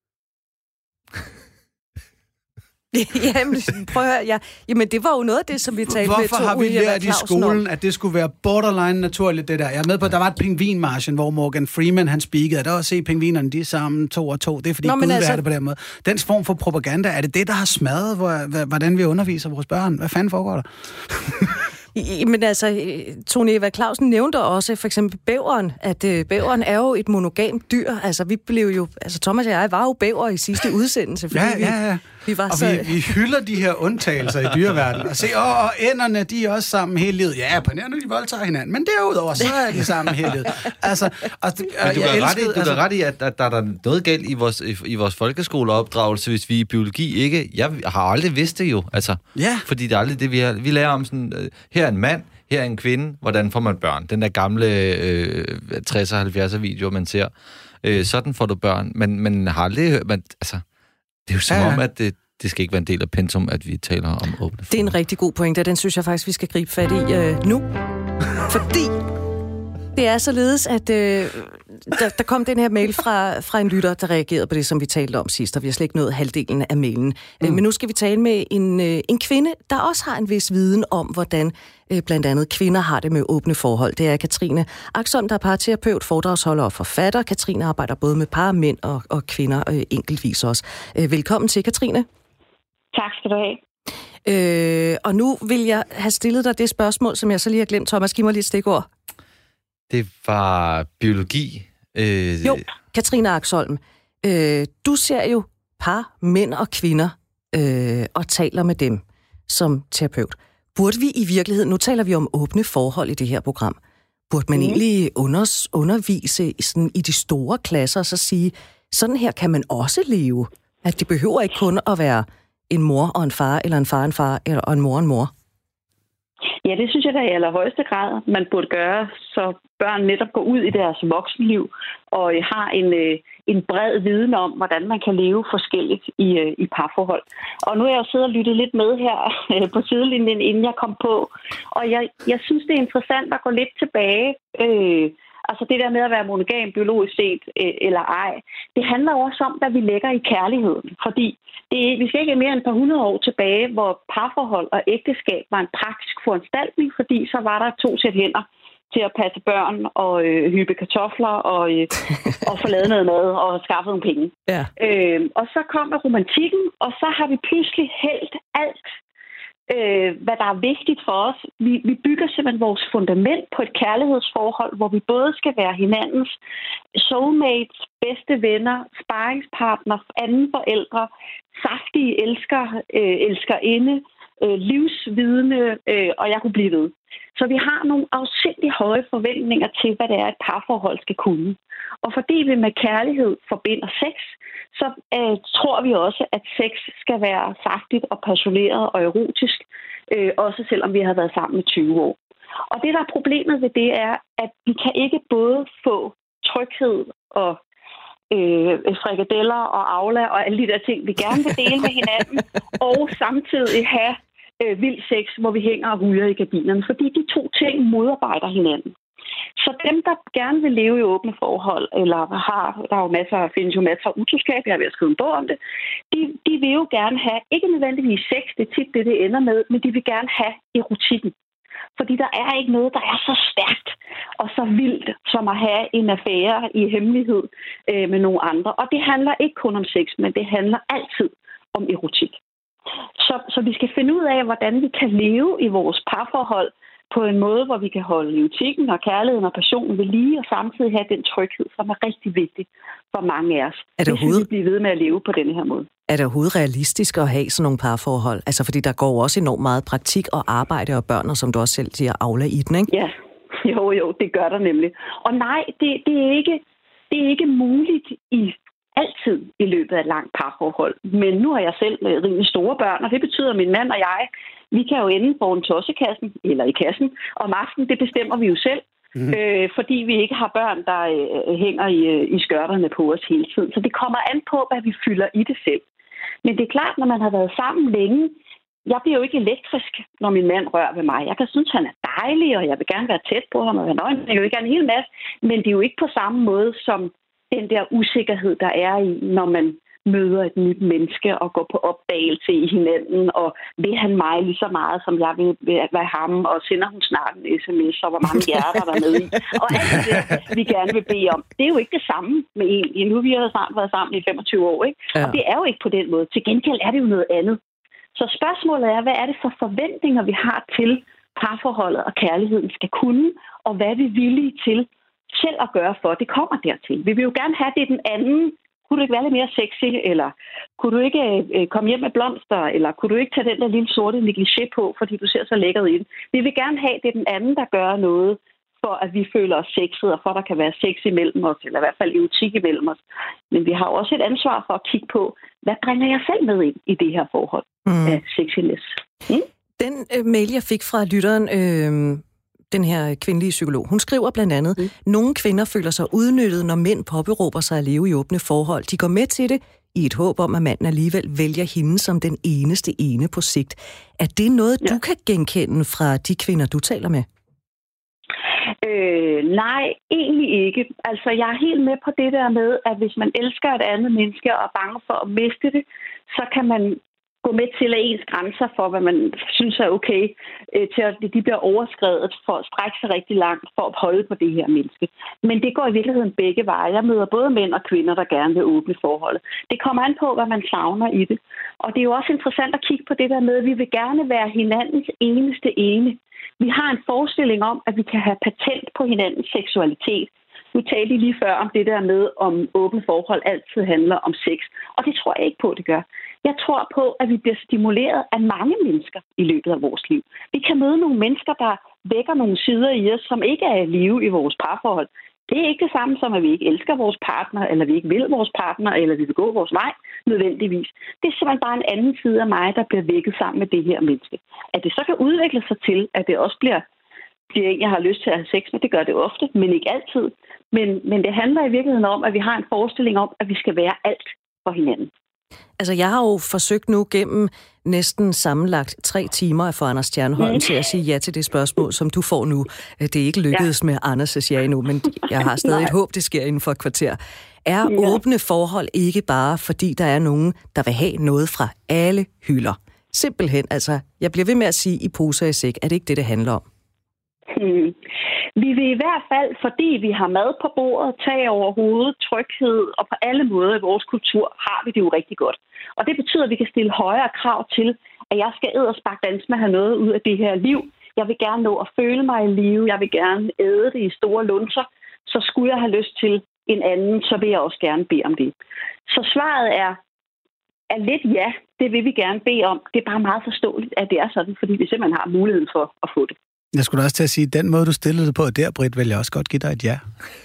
Jamen, prøv at høre. Jamen, det var jo noget af det, som vi talte med. Hvorfor har vi lært i skolen, at det skulle være borderline naturligt, det der? Jeg er med på, at der var et pingvinmarchen, hvor Morgan Freeman, han speakede. Der var at se pingvinerne, de er sammen 2 og 2. Det er fordi Gud er det på den måde. Den form for propaganda, er det, der har smadret, hvordan vi underviser vores børn? Hvad fanden foregår der? Men altså, Tony Eva Clausen nævnte også for eksempel bæveren, at bæveren er jo et monogamt dyr. Altså, vi blev jo... Altså, Thomas og jeg var jo bæver i sidste udsendelse, fordi vi var og så... vi hylder de her undtagelser i dyreverdenen. Og se, og ænderne, de er også sammen hele livet. Ja, på nærmere, de voldtager hinanden. Men derudover, så er de sammen hele livet. Altså, du kan ret i, at der er noget galt i vores folkeskoleopdragelse, hvis vi i biologi ikke... Jeg har aldrig vidst det jo, altså. Ja. Fordi det er aldrig det, vi lærer om sådan... Her er en mand, her er en kvinde, hvordan får man børn? Den der gamle 60'er og 70'er video, man ser. Sådan får du børn, men har aldrig... Altså, det er jo som om, at det skal ikke være en del af pensum, at vi taler om åbne forhold. Det er en rigtig god pointe, og den synes jeg faktisk, vi skal gribe fat i nu. Fordi det er således, at der kom den her mail fra en lytter, der reagerede på det, som vi talte om sidst, og vi har slet ikke nået halvdelen af mailen. Men nu skal vi tale med en kvinde, der også har en vis viden om, hvordan blandt andet kvinder har det med åbne forhold. Det er Katrine Axholm, der er parterapeut, foredragsholder og forfatter. Katrine arbejder både med par, mænd og kvinder enkeltvis også. Velkommen til, Katrine. Tak skal du have. Og nu vil jeg have stillet dig det spørgsmål, som jeg så lige har glemt. Thomas, giv mig lige et stikord. Det var biologi. Jo, Katrine Axholm. Du ser jo par, mænd og kvinder, og taler med dem som terapeut. Burde vi i virkeligheden, nu taler vi om åbne forhold i det her program, burde man egentlig undervise sådan i de store klasser og så sige, sådan her kan man også leve? At det behøver ikke kun at være en mor og en far, eller en far og en far, eller en mor og en mor? Ja, det synes jeg da i allerhøjeste grad, man burde gøre, så børn netop går ud i deres voksenliv og har en bred viden om, hvordan man kan leve forskelligt i parforhold. Og nu er jeg jo siddet og lyttet lidt med her på sidelinjen, inden jeg kom på. Og jeg synes, det er interessant at gå lidt tilbage. Altså det der med at være monogam biologisk set eller ej, det handler også om, hvad vi lægger i kærligheden. Fordi vi skal ikke mere end et par 100 år tilbage, hvor parforhold og ægteskab var en praktisk foranstaltning, fordi så var der 2 sæt hænder til at passe børn og hyppe kartofler og få lavet noget mad og skaffe nogle penge. Ja. Og så kom der romantikken, og så har vi pludselig hældt alt, hvad der er vigtigt for os. Vi bygger simpelthen vores fundament på et kærlighedsforhold, hvor vi både skal være hinandens soulmates, bedste venner, sparringspartner, anden forældre, saftige elskerinde, livsvidende, og jeg kunne blive ved. Så vi har nogle afsindig høje forventninger til, hvad det er, et parforhold skal kunne. Og fordi vi med kærlighed forbinder sex, så tror vi også, at sex skal være saftigt og passioneret og erotisk, også selvom vi har været sammen i 20 år. Og det, der er problemet ved det, er, at vi kan ikke både få tryghed og frikadeller og aula og alle de der ting, vi gerne vil dele med hinanden, og samtidig have vild sex, hvor vi hænger og hujer i kabinerne, fordi de 2 ting modarbejder hinanden. Så dem, der gerne vil leve i åbne forhold, eller findes jo masser af utroskab, jeg er ved at skrive en bog om det, de vil jo gerne have, ikke nødvendigvis sex, det er tit det ender med, men de vil gerne have erotikken. Fordi der er ikke noget, der er så stærkt og så vildt, som at have en affære i hemmelighed med nogle andre. Og det handler ikke kun om sex, men det handler altid om erotik. Så vi skal finde ud af, hvordan vi kan leve i vores parforhold på en måde, hvor vi kan holde erotikken og kærligheden og passionen ved lige, og samtidig have den tryghed, som er rigtig vigtig for mange af os. Hvis vi bliver ved med at leve på denne her måde. Er det overhovedet realistisk at have sådan nogle parforhold? Altså fordi der går også enormt meget praktik og arbejde og børn, og som du også selv siger, Aula i den, ikke? Ja, jo, det gør der nemlig. Og nej, det er ikke muligt altid i løbet af et langt parforhold. Men nu har jeg selv rimelig store børn, og det betyder, at min mand og jeg, vi kan jo ende foran tossekassen, eller i kassen, om aftenen, det bestemmer vi jo selv, fordi vi ikke har børn, der hænger i skørterne på os hele tiden. Så det kommer an på, hvad vi fylder i det selv. Men det er klart, når man har været sammen længe, jeg bliver jo ikke elektrisk, når min mand rører ved mig. Jeg kan synes, han er dejlig, og jeg vil gerne være tæt på ham, og jeg vil gerne en hel masse, men det er jo ikke på samme måde som den der usikkerhed, der er i, når man møder et nyt menneske og går på opdagelse i hinanden, og vil han mig lige så meget, som jeg vil være ham, og sender hun snart en sms, og hvor mange hjerter der er med i, og alt det, vi gerne vil bede om. Det er jo ikke det samme med en. Nu vi har snart været sammen i 25 år, ikke? Ja. Og det er jo ikke på den måde. Til gengæld er det jo noget andet. Så spørgsmålet er, hvad er det for forventninger, vi har til parforholdet og kærligheden skal kunne, og hvad er vi villige til selv at gøre for, det kommer dertil. Vi vil jo gerne have det den anden. Kunne du ikke være lidt mere sexy, eller kunne du ikke komme hjem med blomster, eller kunne du ikke tage den der lille sorte negligé på, fordi du ser så lækkert ind. Vi vil gerne have det den anden, der gør noget, for at vi føler os sexet, og for at der kan være sex imellem os, eller i hvert fald erotik imellem os. Men vi har også et ansvar for at kigge på, hvad bringer jeg selv med ind i det her forhold af sexiness. Den mail, jeg fik fra lytteren, den her kvindelige psykolog, hun skriver blandt andet, nogle kvinder føler sig udnyttet, når mænd påberåber sig at leve i åbne forhold. De går med til det i et håb om, at manden alligevel vælger hende som den eneste ene på sigt. Er det noget, du kan genkende fra de kvinder, du taler med? Nej, egentlig ikke. Altså, jeg er helt med på det der med, at hvis man elsker et andet menneske og er bange for at miste det, så kan man gå med til at ens grænser for, hvad man synes er okay, til at de bliver overskredet for at strække sig rigtig langt for at holde på det her menneske. Men det går i virkeligheden begge veje. Jeg møder både mænd og kvinder, der gerne vil åbne forholdet. Det kommer an på, hvad man savner i det. Og det er jo også interessant at kigge på det der med, at vi vil gerne være hinandens eneste ene. Vi har en forestilling om, at vi kan have patent på hinandens seksualitet. Nu talte I lige før om det der med, om åbne forhold altid handler om sex. Og det tror jeg ikke på, det gør. Jeg tror på, at vi bliver stimuleret af mange mennesker i løbet af vores liv. Vi kan møde nogle mennesker, der vækker nogle sider i os, som ikke er i live i vores parforhold. Det er ikke det samme som, at vi ikke elsker vores partner, eller vi ikke vil vores partner, eller vi vil gå vores vej nødvendigvis. Det er simpelthen bare en anden side af mig, der bliver vækket sammen med det her menneske. At det så kan udvikle sig til, at det også bliver en, jeg har lyst til at have sex med. Det gør det ofte, men ikke altid. Men det handler i virkeligheden om, at vi har en forestilling om, at vi skal være alt for hinanden. Altså, jeg har jo forsøgt nu gennem næsten sammenlagt 3 timer at få Anders Stjernholm til at sige ja til det spørgsmål, som du får nu. Det er ikke lykkedes med Anders' ja endnu, men jeg har stadig et håb, det sker inden for et kvarter. Er åbne forhold ikke bare, fordi der er nogen, der vil have noget fra alle hylder? Simpelthen, altså, jeg bliver ved med at sige i poser i sæk. Er det ikke det, det handler om? Vi vil i hvert fald, fordi vi har mad på bordet, tag over hovedet, tryghed, og på alle måder i vores kultur har vi det jo rigtig godt. Og det betyder, at vi kan stille højere krav til, at jeg skal eddersparkdanse med at have noget ud af det her liv. Jeg vil gerne nå at føle mig i live. Jeg vil gerne æde det i store lunser. Så skulle jeg have lyst til en anden, så vil jeg også gerne bede om det. Så svaret er lidt ja, det vil vi gerne bede om. Det er bare meget forståeligt, at det er sådan, fordi vi simpelthen har muligheden for at få det. Jeg skulle også til at sige, at den måde, du stillede det på der, Britt, vil jeg også godt give dig et ja.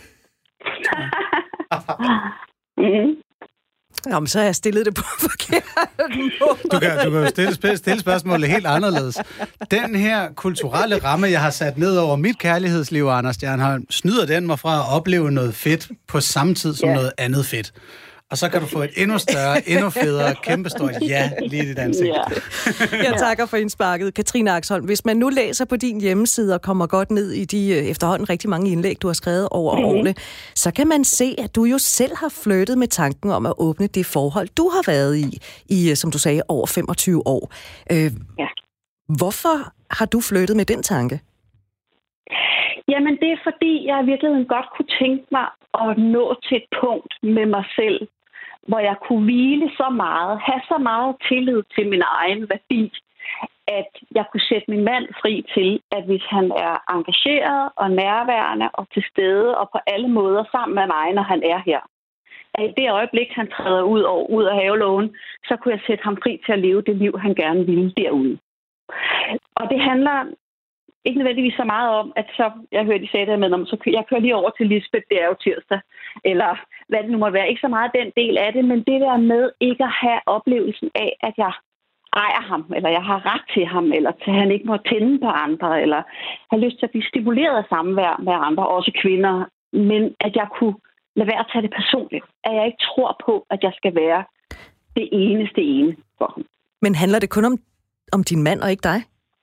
Jamen, så har jeg stillet det på forkert måde. Du kan jo stille spørgsmålet helt anderledes. Den her kulturelle ramme, jeg har sat ned over mit kærlighedsliv, Anders Stjernholm, snyder den mig fra at opleve noget fedt på samme tid som noget andet fedt. Og så kan du få et endnu større, endnu federe, kæmpestort ja lige i dit ansigt. Jeg takker for indsparket. Katrine Axholm, hvis man nu læser på din hjemmeside og kommer godt ned i de efterhånden rigtig mange indlæg, du har skrevet over årene, så kan man se, at du jo selv har flyttet med tanken om at åbne det forhold, du har været i som du sagde, over 25 år. Hvorfor har du flyttet med den tanke? Jamen, det er fordi, jeg i virkeligheden godt kunne tænke mig at nå til et punkt med mig selv, hvor jeg kunne hvile så meget, have så meget tillid til min egen værdi, at jeg kunne sætte min mand fri til, at hvis han er engageret og nærværende og til stede og på alle måder sammen med mig, når han er her, at i det øjeblik, han træder ud af havelågen, så kunne jeg sætte ham fri til at leve det liv, han gerne ville derude. Og det handler ikke nødvendigvis så meget om, at så, jeg hørte, de sagde det med, så jeg kører lige over til Lisbeth, det er jo tirsdag, eller hvad det nu må være. Ikke så meget den del af det, men det der med ikke at have oplevelsen af, at jeg ejer ham, eller jeg har ret til ham, eller til han ikke må tænde på andre, eller have lyst til at blive stimuleret af samvær med andre, også kvinder, men at jeg kunne lade være at tage det personligt. At jeg ikke tror på, at jeg skal være det eneste ene for ham. Men handler det kun om din mand og ikke dig?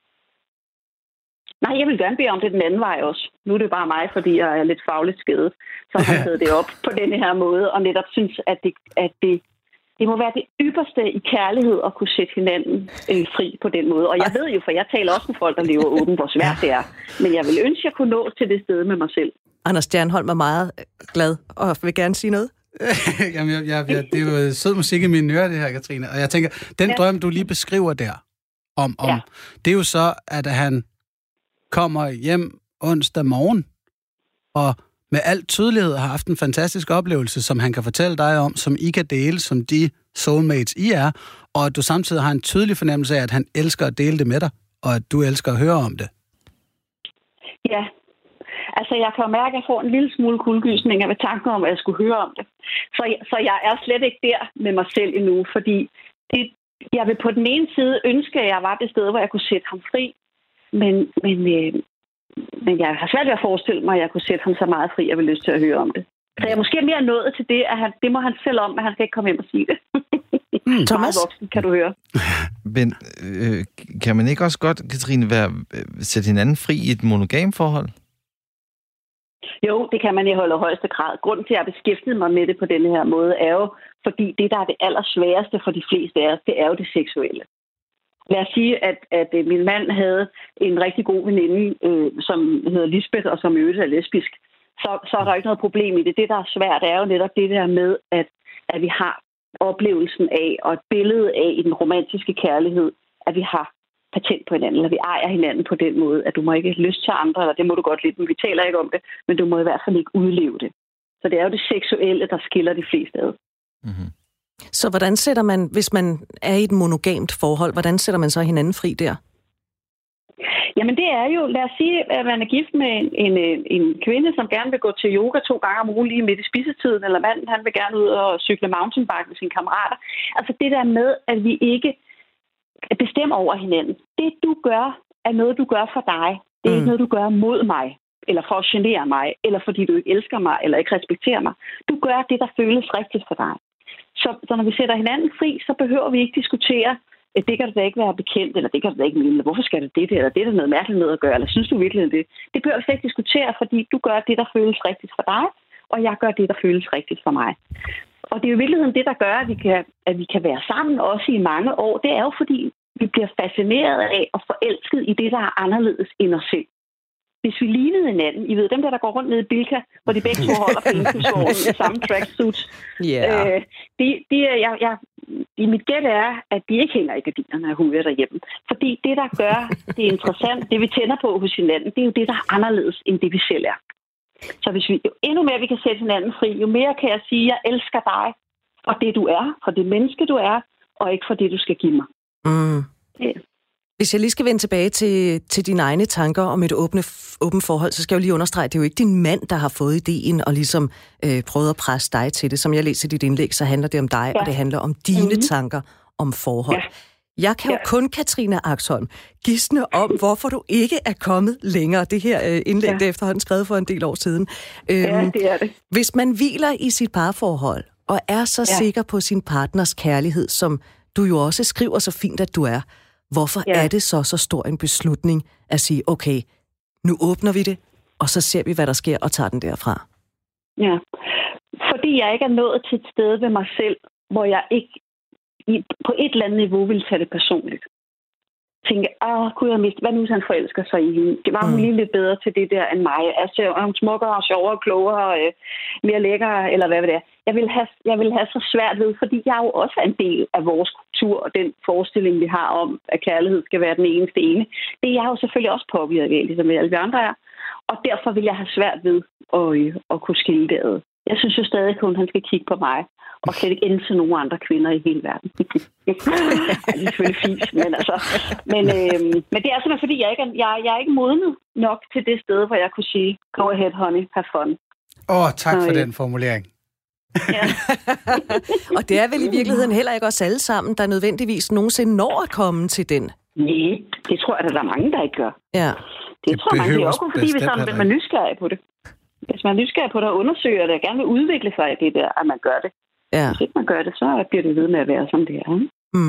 Nej, jeg vil gerne bede om det den anden vej også. Nu er det bare mig, fordi jeg er lidt fagligt skadet, så har jeg taget det op på denne her måde, og netop synes, at det må være det ypperste i kærlighed at kunne sætte hinanden fri på den måde. Og jeg ved jo, for jeg taler også med folk, der lever åbent, hvor svært det er. Men jeg vil ønske, at jeg kunne nå til det sted med mig selv. Anders Stjernholm er meget glad og vil gerne sige noget. Jamen, det er jo sød musik i mine ører, det her, Katrine. Og jeg tænker, den drøm, du lige beskriver der, om det er jo så, at han kommer hjem onsdag morgen, og med al tydelighed har haft en fantastisk oplevelse, som han kan fortælle dig om, som I kan dele, som de soulmates I er, og at du samtidig har en tydelig fornemmelse af, at han elsker at dele det med dig, og at du elsker at høre om det. Ja, altså jeg kan jo mærke, at jeg får en lille smule kuldegysninger ved tanken om, at jeg skulle høre om det. Så jeg er slet ikke der med mig selv endnu, fordi jeg vil på den ene side ønske, at jeg var det sted, hvor jeg kunne sætte ham fri, men jeg har svært ved at forestille mig, at jeg kunne sætte ham så meget fri, at jeg vil lyst til at høre om det. Så jeg er måske mere nået til det, at det må han selv om, at han skal ikke komme hjem og sige det. Thomas? Voksen, kan du høre. Men kan man ikke også godt, Katrine, sætte hinanden fri i et monogamforhold? Jo, det kan man i højeste grad. Grunden til, at jeg beskæftigede mig med det på denne her måde, er jo, fordi det, der er det allersværeste for de fleste af os, det er jo det seksuelle. Lad os sige, at min mand havde en rigtig god veninde, som hedder Lisbeth, og som i øvrigt er lesbisk. Så er der ikke noget problem i det. Det, der er svært, er jo netop det der med, at vi har oplevelsen af, og et billede af i den romantiske kærlighed, at vi har patent på hinanden, eller vi ejer hinanden på den måde, at du må ikke have lyst til andre, eller det må du godt lide, men vi taler ikke om det, men du må i hvert fald ikke udleve det. Så det er jo det seksuelle, der skiller de fleste ad. Mm-hmm. Så hvordan sætter man, hvis man er i et monogamt forhold, hvordan sætter man så hinanden fri der? Jamen det er jo, lad os sige, at man er gift med en kvinde, som gerne vil gå til yoga 2 gange om ugen lige midt i spisetiden, eller manden, han vil gerne ud og cykle mountainbike med sine kammerater. Altså det der med, at vi ikke bestemmer over hinanden. Det du gør, er noget, du gør for dig. Det er ikke noget, du gør mod mig, eller for at genere mig, eller fordi du ikke elsker mig, eller ikke respekterer mig. Du gør det, der føles rigtigt for dig. Så når vi sætter hinanden fri, så behøver vi ikke diskutere, det kan da ikke være bekendt, eller det kan da ikke mene, hvorfor skal det, eller det er der noget mærkeligt med at gøre, eller synes du virkelig det? Det behøver vi slet ikke diskutere, fordi du gør det, der føles rigtigt for dig, og jeg gør det, der føles rigtigt for mig. Og det er jo i virkeligheden det, der gør, at vi kan være sammen også i mange år. Det er jo fordi, vi bliver fascineret af og forelsket i det, der er anderledes end os selv. Hvis vi lignede hinanden, I ved, dem der går rundt nede i Bilka, hvor de begge to holder på indkøbsvognen i samme tracksuit. Mit gæt er, at de ikke hænger i gardinerne af hovedet derhjemme. Fordi det, der gør det interessant, det vi tænder på hos hinanden, det er jo det, der er anderledes end det, vi selv er. Så hvis jo endnu mere vi kan sætte hinanden fri, jo mere kan jeg sige, at jeg elsker dig for det, du er, for det menneske, du er, og ikke for det, du skal give mig. Mm. Yeah. Hvis jeg lige skal vende tilbage til dine egne tanker om et åbent forhold, så skal jeg jo lige understrege, at det er jo ikke din mand, der har fået ideen og ligesom prøvet at presse dig til det. Som jeg læser dit indlæg, så handler det om dig, og det handler om dine tanker om forhold. Ja. Jeg kan jo kun, Katrine Axholm, gisne om, hvorfor du ikke er kommet længere. Det her indlæg, det er efterhånden skrevet for en del år siden. Det er det. Hvis man hviler i sit parforhold, og er så sikker på sin partners kærlighed, som du jo også skriver så fint, at du er, hvorfor er det så stor en beslutning at sige, okay, nu åbner vi det, og så ser vi, hvad der sker, og tager den derfra? Ja, fordi jeg ikke er nået til et sted ved mig selv, hvor jeg ikke på et eller andet niveau ville tage det personligt. Tænke, kunne jeg miste, hvad nu hvis han forelsker sig i hende? Det var hun lige lidt bedre til det der end mig. Altså, hun smukkere og sjovere, klogere, mere lækker, eller hvad det er. Jeg vil have så svært ved, fordi jeg jo også er en del af vores kultur, og den forestilling, vi har om, at kærlighed skal være den eneste ene. Det er jeg jo selvfølgelig også påvirket af, ligesom alle de andre er. Og derfor vil jeg have svært ved at kunne skille det ad. Jeg synes jo stadig kun, at han skal kigge på mig, og slet ikke ende til nogle andre kvinder i hele verden. Det er selvfølgelig fint, men det er simpelthen fordi, jeg er ikke modnet nok til det sted, hvor jeg kunne sige, go ahead, honey, have fun. Tak for den formulering. Ja. Og det er vel i virkeligheden heller ikke os alle sammen, der nødvendigvis nogensinde når at komme til den. Nej, det tror jeg, der er mange, der ikke gør. Ja. Det tror man, det er også fordi, hvis man er nysgerrig på det. Hvis man er nysgerrig på det og undersøger det, og gerne vil udvikle sig i det der, at man gør det. Ja. Hvis ikke man gør det, så bliver det ved med at være, som det er.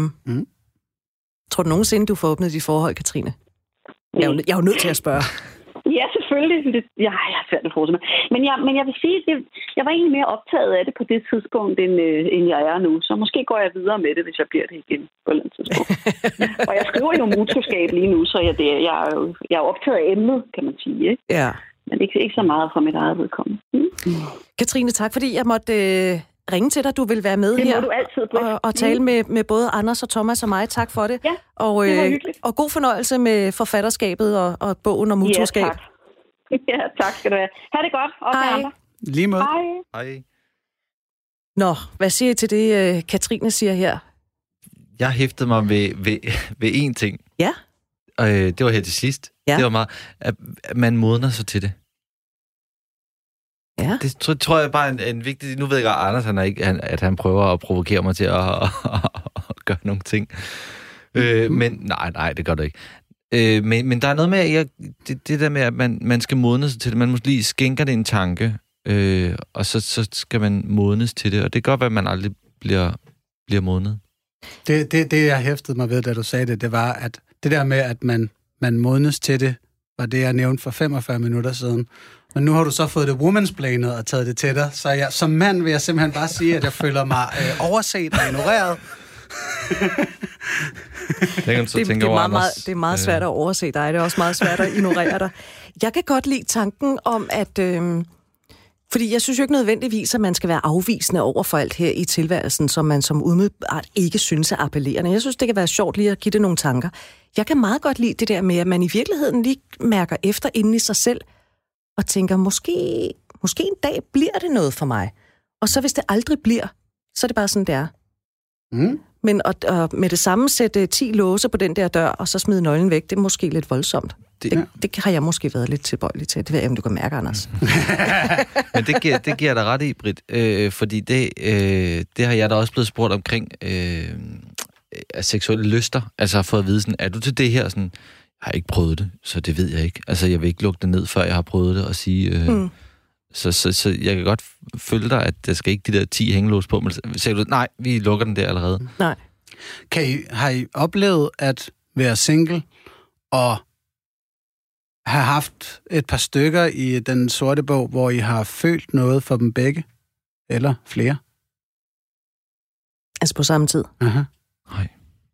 Tror du nogensinde, du får åbnet dit forhold, Katrine? Jeg er jo nødt til at spørge. Ja, selvfølgelig. Jeg har svært at forestille mig. Men jeg vil sige, jeg var egentlig mere optaget af det på det tidspunkt, end jeg er nu. Så måske går jeg videre med det, hvis jeg bliver det igen på et eller andet tidspunkt. Og jeg skriver jo om utroskab lige nu, så jeg er optaget af emnet, kan man sige. Ikke? Ja. Men ikke så meget fra mit eget vedkommende. Katrine, tak fordi jeg måtte ringe til dig. Du vil være med det her du altid, og tale med både Anders og Thomas og mig. Tak for det. Ja, det var hyggeligt. Og god fornøjelse med forfatterskabet og bogen om utroskab. Ja, tak. Ja, tak skal du have. Ha' det godt. Og hej. Andre. Lige måde. Hej. Nå, hvad siger I til det, Katrine siger her? Jeg hæftede mig ved én ting. Ja. Det var her til sidst. Ja. Det var meget, at man modner sig til det. Ja. Det tror jeg bare er en vigtig... Nu ved jeg godt, Anders, at han prøver at provokere mig til at gøre nogle ting. Men nej, det gør det ikke. Men der er noget med, det der med, at man skal modne sig til det. Man måske lige skænker det en tanke, og så skal man modnes til det. Og det kan godt være, at man aldrig bliver modnet. Det jeg hæftede mig ved, da du sagde det, det var, at det der med, at man modnes til det, var det, jeg nævnte for 45 minutter siden. Men nu har du så fået det womansplainet og taget det til dig. Så som mand vil jeg simpelthen bare sige, at jeg føler mig overset og ignoreret. Det er meget svært at overse dig. Det er også meget svært at ignorere dig. Jeg kan godt lide tanken om, at... fordi jeg synes jo ikke nødvendigvis, at man skal være afvisende over for alt her i tilværelsen, som man som umiddelbart ikke synes er appellerende. Jeg synes, det kan være sjovt lige at give det nogle tanker. Jeg kan meget godt lide det der med, at man i virkeligheden lige mærker efter inde i sig selv, og tænker, måske en dag bliver det noget for mig. Og så hvis det aldrig bliver, så er det bare sådan, det er. Men at med det samme sætte 10 låse på den der dør, og så smide nøglen væk, det er måske lidt voldsomt. Det har jeg måske været lidt tilbøjelig til. Det ved jeg, om du kan mærke, Anders. Men det giver dig ret i, Britt. Fordi det har jeg da også blevet spurgt omkring af seksuelle lyster. Altså har fået at vide sådan, er du til det her? Sådan, jeg har ikke prøvet det, så det ved jeg ikke. Altså jeg vil ikke lukke det ned, før jeg har prøvet det, og sige... Så jeg kan godt følge dig, at der skal ikke de der 10 hængelås på. Men siger du, nej, vi lukker den der allerede. Nej. Har I oplevet at være single og have haft et par stykker i den sorte bog, hvor I har følt noget for dem begge? Eller flere? Altså på samme tid? Aha. Nej.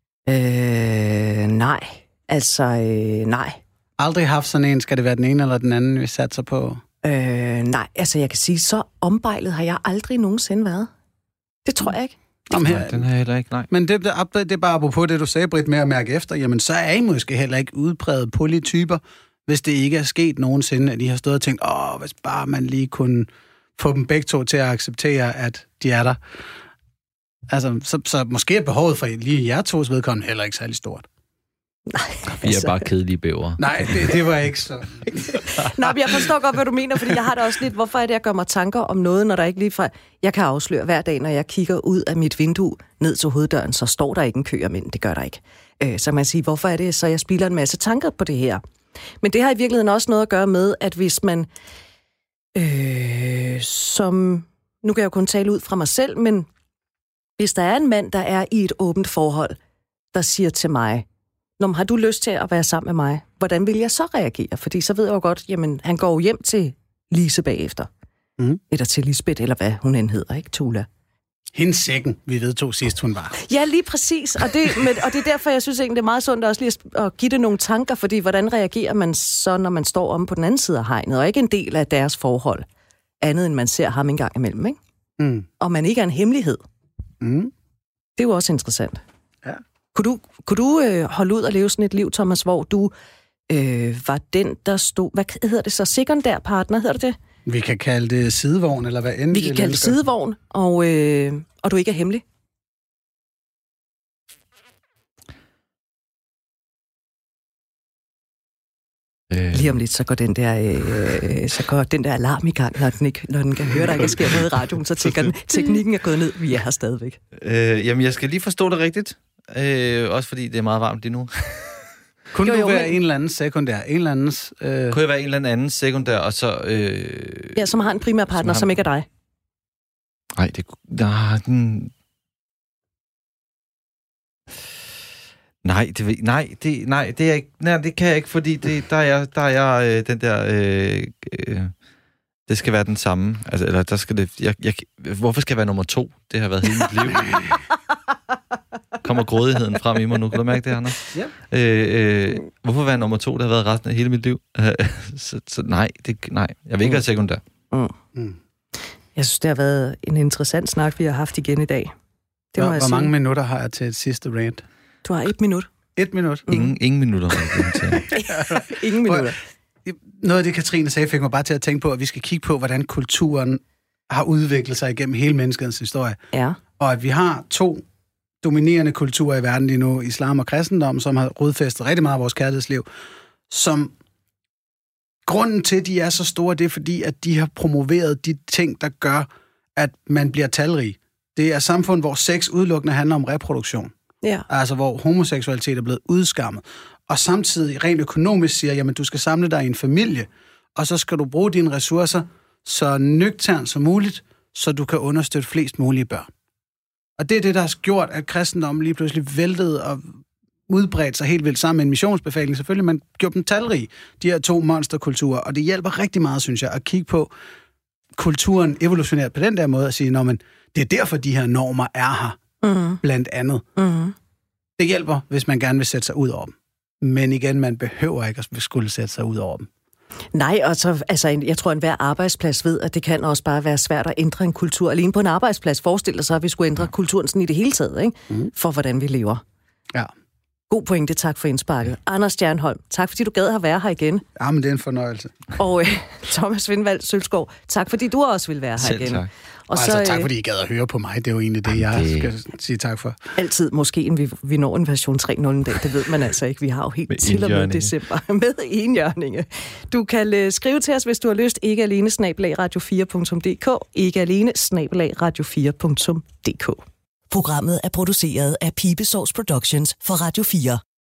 Nej. Altså, nej. Aldrig haft sådan en, skal det være den ene eller den anden, vi satser på? Nej, altså jeg kan sige, så ombejlet har jeg aldrig nogensinde været. Det tror jeg ikke. Den har jeg heller ikke, nej. Men det er bare apropos det, du sagde, Britt, med at mærke efter. Jamen, så er I måske heller ikke udpræget polytyper, hvis det ikke er sket nogensinde, at I har stået og tænkt, hvis bare man lige kunne få dem begge to til at acceptere, at de er der. Altså, så måske er behovet for lige jer tos vedkommende heller ikke særlig stort. Nej, Vi er bare kedelige bæver. Nej, det var ikke så. Nå, men jeg forstår godt, hvad du mener, fordi jeg har da også lidt, hvorfor er det, jeg gør mig tanker om noget, når der ikke lige fra... Jeg kan afsløre hver dag, når jeg kigger ud af mit vindue ned til hoveddøren, så står der ikke en kø af mænd. Det gør der ikke. Så man siger, hvorfor er det, så jeg spilder en masse tanker på det her? Men det har i virkeligheden også noget at gøre med, at hvis man som... Nu kan jeg jo kun tale ud fra mig selv, men hvis der er en mand, der er i et åbent forhold, der siger til mig, har du lyst til at være sammen med mig? Hvordan vil jeg så reagere? Fordi så ved jeg jo godt, jamen, han går jo hjem til Lise bagefter. Eller til Lisbeth, eller hvad hun end hedder, ikke, Tula? Hendes sækken, vi vedtog sidst, hun var. Ja, lige præcis. Og det er derfor, jeg synes egentlig, det er meget sundt også lige at give det nogle tanker, fordi hvordan reagerer man så, når man står om på den anden side af hegnet, og ikke en del af deres forhold, andet end man ser ham en gang imellem, ikke? Og man ikke er en hemmelighed. Det er jo også interessant. Ja. Kunne du holde ud og leve sådan et liv, Thomas, hvor du var den, der stod... Hvad hedder det så? Sekundær partner, hedder det det? Vi kan kalde det sidevogn, eller hvad end. Vi kan kalde det sidevogn, og du ikke er hemmelig? Lige om lidt, så går den der alarm i gang, når den kan høre, der ikke sker noget i radioen, så tænker den, teknikken er gået ned. Vi er her stadigvæk. Jamen, jeg skal lige forstå det rigtigt. Også fordi det er meget varmt lige nu. Kunne du være en eller anden sekundær? En eller andens, Kunne jeg være en eller anden sekundær, og så... Ja, som har en primær partner, som ikke er dig. Nej, det... Nej, det er ikke. Nej, det kan jeg ikke, fordi der er jeg den der. Det skal være den samme. Altså, eller der skal det. Hvorfor skal jeg være nummer 2? Det har været hele mit liv. Kommer grådigheden frem i mig nu. Kan du mærke det, Anders? Ja. Hvorfor være nummer 2? Det har været resten af hele mit liv. Så nej, nej. Jeg vil ikke være sekundær. Jeg synes, det har været en interessant snak, vi har haft igen i dag. Hvor mange minutter har jeg til et sidste rant? Du har 1 minut. 1 minut? Ingen minutter. Ingen minutter. Noget af det, Katrine sagde, fik mig bare til at tænke på, at vi skal kigge på, hvordan kulturen har udviklet sig igennem hele menneskets historie. Ja. Og at vi har 2 dominerende kulturer i verden lige nu, islam og kristendom, som har rodfæstet rigtig meget af vores kærlighedsliv, som grunden til, at de er så store, det er fordi, at de har promoveret de ting, der gør, at man bliver talrig. Det er samfund, hvor sex udelukkende handler om reproduktion. Ja. Altså, hvor homoseksualitet er blevet udskammet. Og samtidig rent økonomisk siger, jamen, du skal samle dig i en familie, og så skal du bruge dine ressourcer så nøgternt som muligt, så du kan understøtte flest mulige børn. Og det er det, der har gjort, at kristendommen lige pludselig væltede og udbredte sig helt vildt sammen med en missionsbefaling. Selvfølgelig, man gjorde dem talrige, de her 2 monsterkulturer, og det hjælper rigtig meget, synes jeg, at kigge på kulturen evolutionært på den der måde, at sige, det er derfor, de her normer er her, blandt andet. Det hjælper, hvis man gerne vil sætte sig ud over dem. Men igen, man behøver ikke at skulle sætte sig ud over dem. Nej, og så, jeg tror, at enhver arbejdsplads ved, at det kan også bare være svært at ændre en kultur. Alene på en arbejdsplads forestiller sig, at vi skulle ændre kulturen sådan i det hele taget, ikke? For hvordan vi lever. Ja. God pointe, tak for indsparket. Anders Stjernholm, tak fordi du gad at være her igen. Jamen, det er en fornøjelse. Og Thomas Vindvald Sølskov, tak fordi du også vil være her igen. Tak. Og så, tak, fordi I gad at høre på mig. Det er jo egentlig det, jeg skal sige tak for. Altid måske, vi når en version 3.0 en dag. Det ved man altså ikke. Vi har jo helt til og med december med enhjørninge. Du kan skrive til os, hvis du har lyst. Ikke alene @radio4.dk. Ikke alene @radio4.dk. Programmet er produceret af Pibesovs Productions for Radio 4.